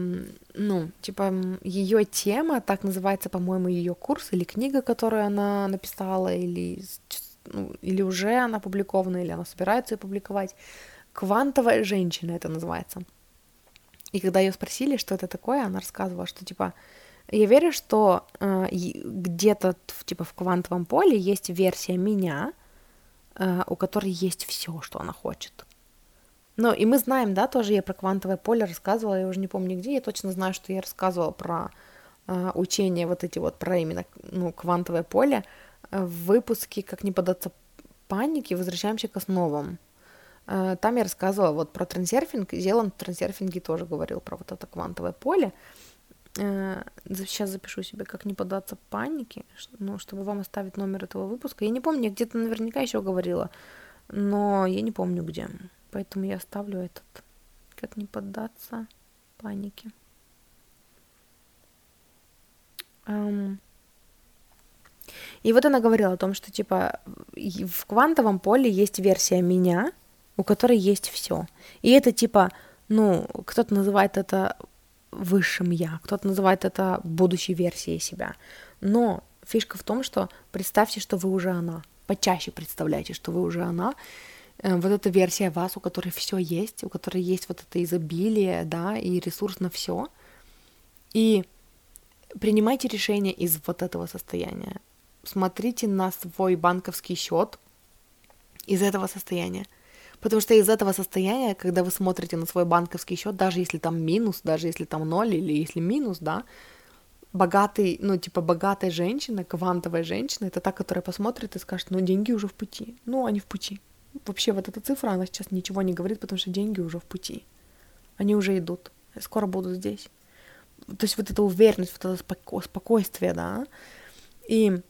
ее тема, так называется, по-моему, ее курс или книга, которую она написала, или уже она опубликована, или она собирается ее публиковать. «Квантовая женщина» это называется. И когда ее спросили, что это такое, она рассказывала, что, я верю, что где-то, в квантовом поле есть версия меня, у которой есть все, что она хочет. Ну, и мы знаем, да, тоже я про квантовое поле рассказывала, я уже не помню где, я точно знаю, что я рассказывала про учение про именно, квантовое поле в выпуске «Как не поддаться панике», возвращаемся к основам. Там я рассказывала про трансерфинг, Зеланд в трансерфинге тоже говорил про вот это квантовое поле. Сейчас запишу себе, как не поддаться панике, чтобы вам оставить номер этого выпуска. Я не помню, я где-то наверняка еще говорила, но я не помню где. Поэтому я оставлю этот. Как не поддаться панике. И вот она говорила о том, что в квантовом поле есть версия меня, у которой есть все. И это кто-то называет это высшим я, кто-то называет это будущей версией себя. Но фишка в том, что представьте, что вы уже она. Почаще представляйте, что вы уже она. Вот эта версия вас, у которой все есть, у которой есть вот это изобилие, да, и ресурс на все. И принимайте решение из вот этого состояния. Смотрите на свой банковский счет из этого состояния. Потому что из этого состояния, когда вы смотрите на свой банковский счет, даже если там минус, даже если там ноль или если минус, да, богатая женщина, квантовая женщина, это та, которая посмотрит и скажет, деньги уже в пути. Они в пути. Вообще вот эта цифра, она сейчас ничего не говорит, потому что деньги уже в пути. Они уже идут. Скоро будут здесь. то есть вот эта уверенность, вот это спокойствие, да, и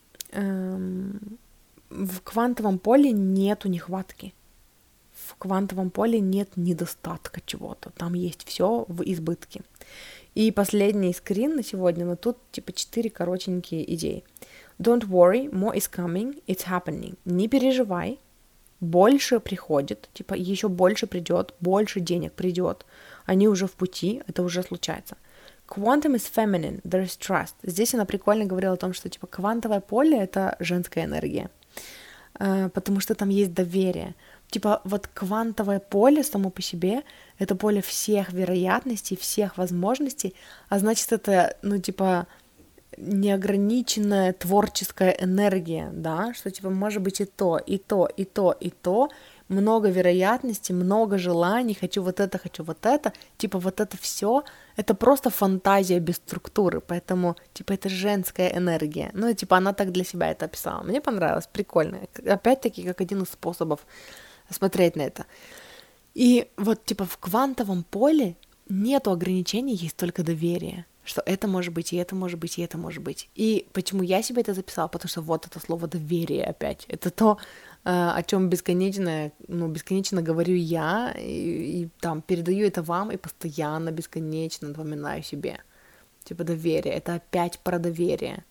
в квантовом поле нету нехватки, в квантовом поле нет недостатка чего-то, там есть все в избытке. И последний скрин на сегодня, но тут типа 4 коротенькие идеи. Don't worry, more is coming, it's happening. Не переживай, больше приходит, типа еще больше придет, больше денег придет. Они уже в пути, это уже случается. Quantum is feminine, there is trust. Здесь она прикольно говорила о том, что типа квантовое поле — это женская энергия, потому что там есть доверие. Типа вот квантовое поле само по себе — это поле всех вероятностей, всех возможностей, а значит это, ну типа, неограниченная творческая энергия, да, что типа может быть и то, и то, и то, и то, много вероятностей, много желаний, хочу вот это, типа вот это все, это просто фантазия без структуры, поэтому типа это женская энергия, ну и типа она так для себя это описала, мне понравилось, прикольно, опять-таки как один из способов смотреть на это. И вот типа в квантовом поле нету ограничений, есть только доверие, что это может быть, и это может быть, и это может быть. И почему я себе это записала? Потому что вот это слово доверие опять. Это то, о чем бесконечно говорю я, и там передаю это вам, и постоянно, бесконечно напоминаю себе. Типа доверие, это опять про доверие.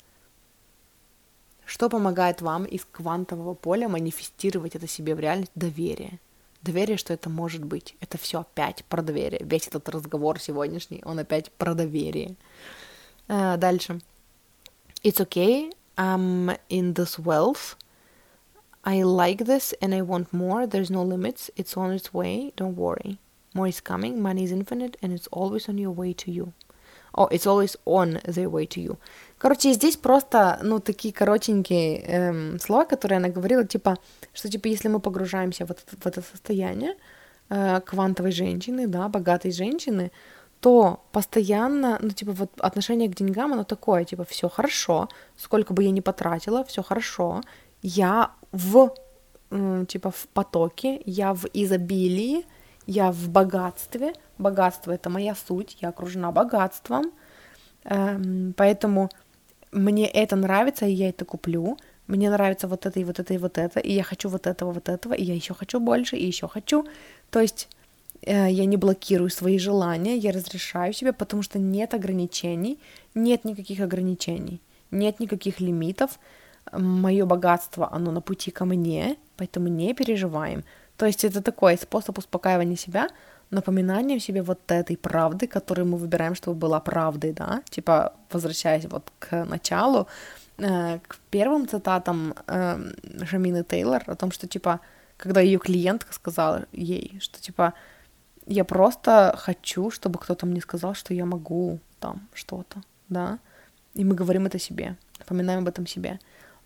Что помогает вам из квантового поля манифестировать это себе в реальность? Доверие. Доверие, что это может быть. Это все опять про доверие. Весь этот разговор сегодняшний, он опять про доверие. Дальше. It's okay. I'm in this wealth. I like this and I want more. There's no limits. It's on its way. Don't worry. More is coming. Money is infinite and it's always on your way to you. Oh, it's always on their way to you. Короче, здесь просто, ну, такие коротенькие слова, которые она говорила, типа, что, типа, если мы погружаемся в это состояние квантовой женщины, да, богатой женщины, то постоянно, ну, типа, вот отношение к деньгам, оно такое, типа, все хорошо, сколько бы я ни потратила, все хорошо, я типа, в потоке, я в изобилии, я в богатстве. Богатство — это моя суть, я окружена богатством, поэтому мне это нравится, и я это куплю. Мне нравится вот это, и вот это, и вот это, и я хочу вот этого, и я еще хочу больше, и еще хочу. То есть я не блокирую свои желания, я разрешаю себе, потому что нет ограничений, нет никаких ограничений, нет никаких лимитов. Мое богатство, оно на пути ко мне, поэтому не переживаем. То есть это такой способ успокаивания себя, напоминанием себе вот этой правды, которую мы выбираем, чтобы была правдой, да, типа, возвращаясь вот к началу, к первым цитатам Шамины Тейлор о том, что, типа, когда ее клиентка сказала ей, что, типа, я просто хочу, чтобы кто-то мне сказал, что я могу там что-то, да, и мы говорим это себе, напоминаем об этом себе.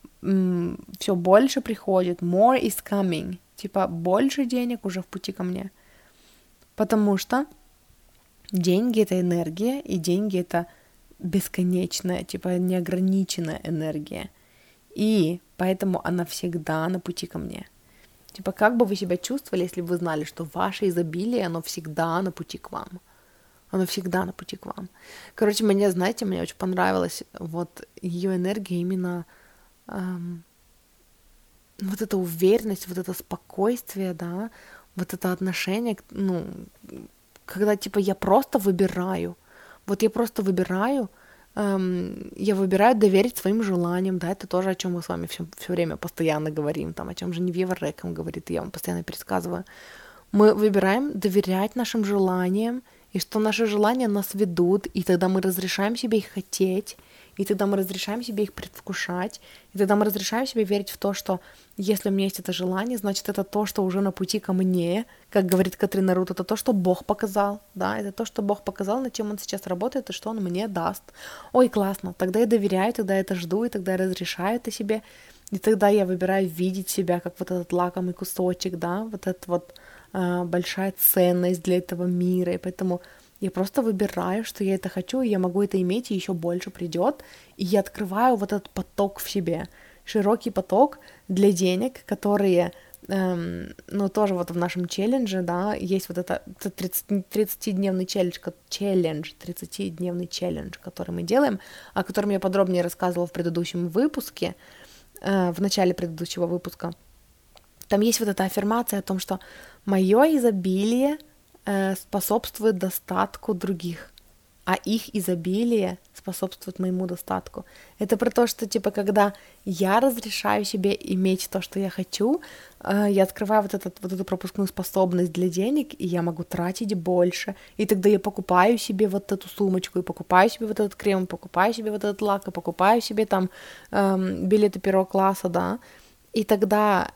Все больше приходит, more is coming, типа, больше денег уже в пути ко мне. Потому что деньги — это энергия, и деньги — это бесконечная, типа неограниченная энергия. И поэтому она всегда на пути ко мне. Типа, как бы вы себя чувствовали, если бы вы знали, что ваше изобилие, оно всегда на пути к вам. Оно всегда на пути к вам. Короче, мне очень понравилась вот ее энергия именно вот эта уверенность, вот это спокойствие, да, вот это отношение, ну, когда, типа, я просто выбираю, я выбираю доверить своим желаниям, да, это тоже, о чем мы с вами все время постоянно говорим, там, о чем Женевьева Рэком говорит, и я вам постоянно пересказываю. Мы выбираем доверять нашим желаниям, и что наши желания нас ведут, и тогда мы разрешаем себе их хотеть, и тогда мы разрешаем себе их предвкушать, и тогда мы разрешаем себе верить в то, что если у меня есть это желание, значит, это то, что уже на пути ко мне, как говорит Катрина Рут, это то, что Бог показал, да, это то, что Бог показал, над чем Он сейчас работает, и что Он мне даст. Ой, классно, тогда я доверяю, тогда я это жду, и тогда я разрешаю это себе, и тогда я выбираю видеть себя как вот этот лакомый кусочек, да, вот эта вот большая ценность для этого мира, и поэтому я просто выбираю, что я это хочу, и я могу это иметь, и еще больше придет, и я открываю вот этот поток в себе, широкий поток для денег, которые но тоже вот в нашем челлендже, да, есть вот это 30-дневный челлендж, 30-дневный челлендж, который мы делаем, о котором я подробнее рассказывала в предыдущем выпуске, в начале предыдущего выпуска. Там есть вот эта аффирмация о том, что мое изобилие способствует достатку других, а их изобилие способствует моему достатку. Это про то, что, типа, когда я разрешаю себе иметь то, что я хочу, я открываю вот эту пропускную способность для денег, и я могу тратить больше, и тогда я покупаю себе вот эту сумочку, и покупаю себе вот этот крем, и покупаю себе вот этот лак, и покупаю себе там билеты первого класса, да, и тогда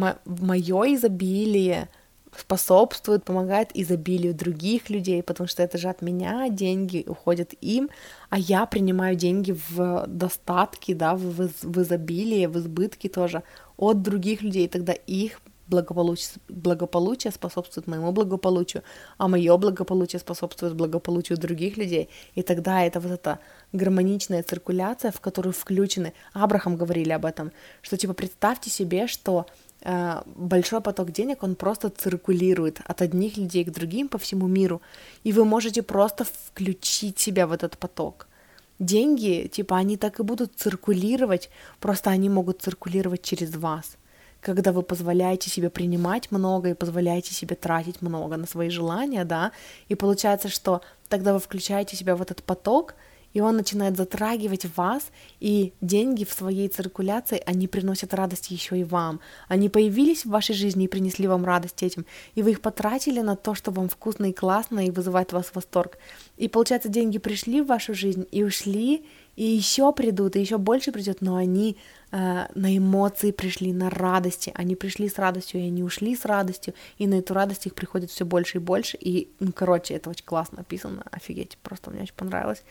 мое изобилие способствует, помогает изобилию других людей, потому что это же от меня деньги уходят им, а я принимаю деньги в достатке, да, в изобилии, в избытке тоже от других людей, тогда их благополучие способствует моему благополучию, а мое благополучие способствует благополучию других людей, и тогда это вот эта гармоничная циркуляция, в которую включены, Абрахам говорили об этом, что типа представьте себе, что большой поток денег, он просто циркулирует от одних людей к другим по всему миру, и вы можете просто включить себя в этот поток. Деньги, типа, они так и будут циркулировать, просто они могут циркулировать через вас, когда вы позволяете себе принимать много и позволяете себе тратить много на свои желания, да, и получается, что тогда вы включаете себя в этот поток, и он начинает затрагивать вас, и деньги в своей циркуляции, они приносят радость еще и вам. Они появились в вашей жизни и принесли вам радость этим, и вы их потратили на то, что вам вкусно и классно, и вызывает у вас восторг. И получается, деньги пришли в вашу жизнь и ушли, и еще придут, и еще больше придет, но они на эмоции пришли, на радости, они пришли с радостью, и они ушли с радостью, и на эту радость их приходит все больше и больше, и, короче, это очень классно описано, офигеть, просто мне очень понравилось.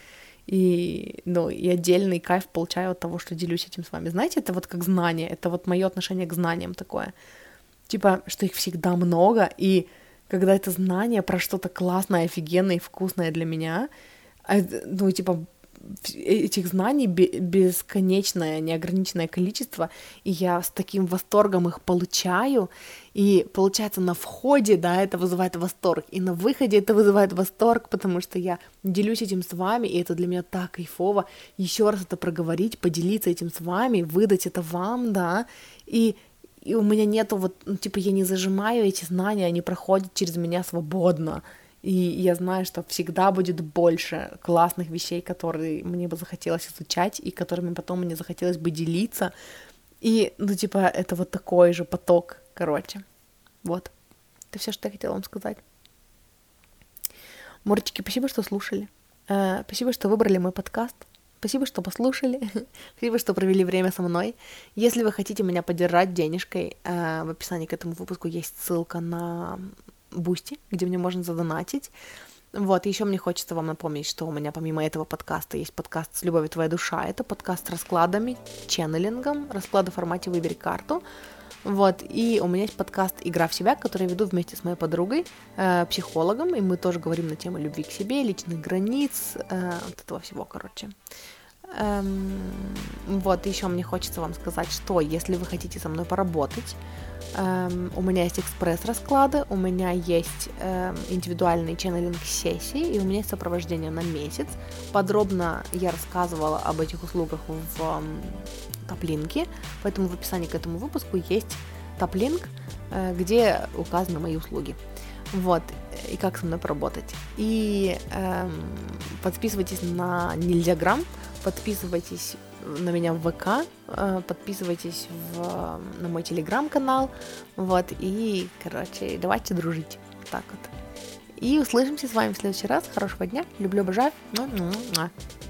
И отдельный кайф получаю от того, что делюсь этим с вами. Знаете, это вот как знание, это вот мое отношение к знаниям такое. Типа, что их всегда много, и когда это знание про что-то классное, офигенное и вкусное для меня, этих знаний бесконечное, неограниченное количество, и я с таким восторгом их получаю, и получается на входе, да, это вызывает восторг, и на выходе это вызывает восторг, потому что я делюсь этим с вами, и это для меня так кайфово, еще раз это проговорить, поделиться этим с вами, выдать это вам, да, и у меня нету я не зажимаю эти знания, они проходят через меня свободно. И я знаю, что всегда будет больше классных вещей, которые мне бы захотелось изучать, и которыми потом мне захотелось бы делиться. И, это вот такой же поток, короче. Вот. Это все, что я хотела вам сказать. Мурчики, спасибо, что слушали. Спасибо, что выбрали мой подкаст. Спасибо, что послушали. Спасибо, что провели время со мной. Если вы хотите меня поддержать денежкой, в описании к этому выпуску есть ссылка на Бусти, где мне можно задонатить. Вот, и еще мне хочется вам напомнить, что у меня помимо этого подкаста есть подкаст «С любовью твоя душа». Это подкаст с раскладами, ченнелингом, расклады в формате «Выбери карту». Вот, и у меня есть подкаст «Игра в себя», который я веду вместе с моей подругой, психологом, и мы тоже говорим на тему любви к себе, личных границ, вот этого всего, короче. Вот, еще мне хочется вам сказать, что если вы хотите со мной поработать, у меня есть экспресс-расклады, у меня есть индивидуальные ченнелинг-сессии, и у меня есть сопровождение на месяц. Подробно я рассказывала об этих услугах в топ-линке, поэтому в описании к этому выпуску есть топ-линк, где указаны мои услуги. Вот, и как со мной поработать. И подписывайтесь на Нельзяграм, подписывайтесь на меня в ВК, подписывайтесь на мой телеграм-канал, вот, и, короче, давайте дружить, так вот. И услышимся с вами в следующий раз. Хорошего дня, люблю, обожаю.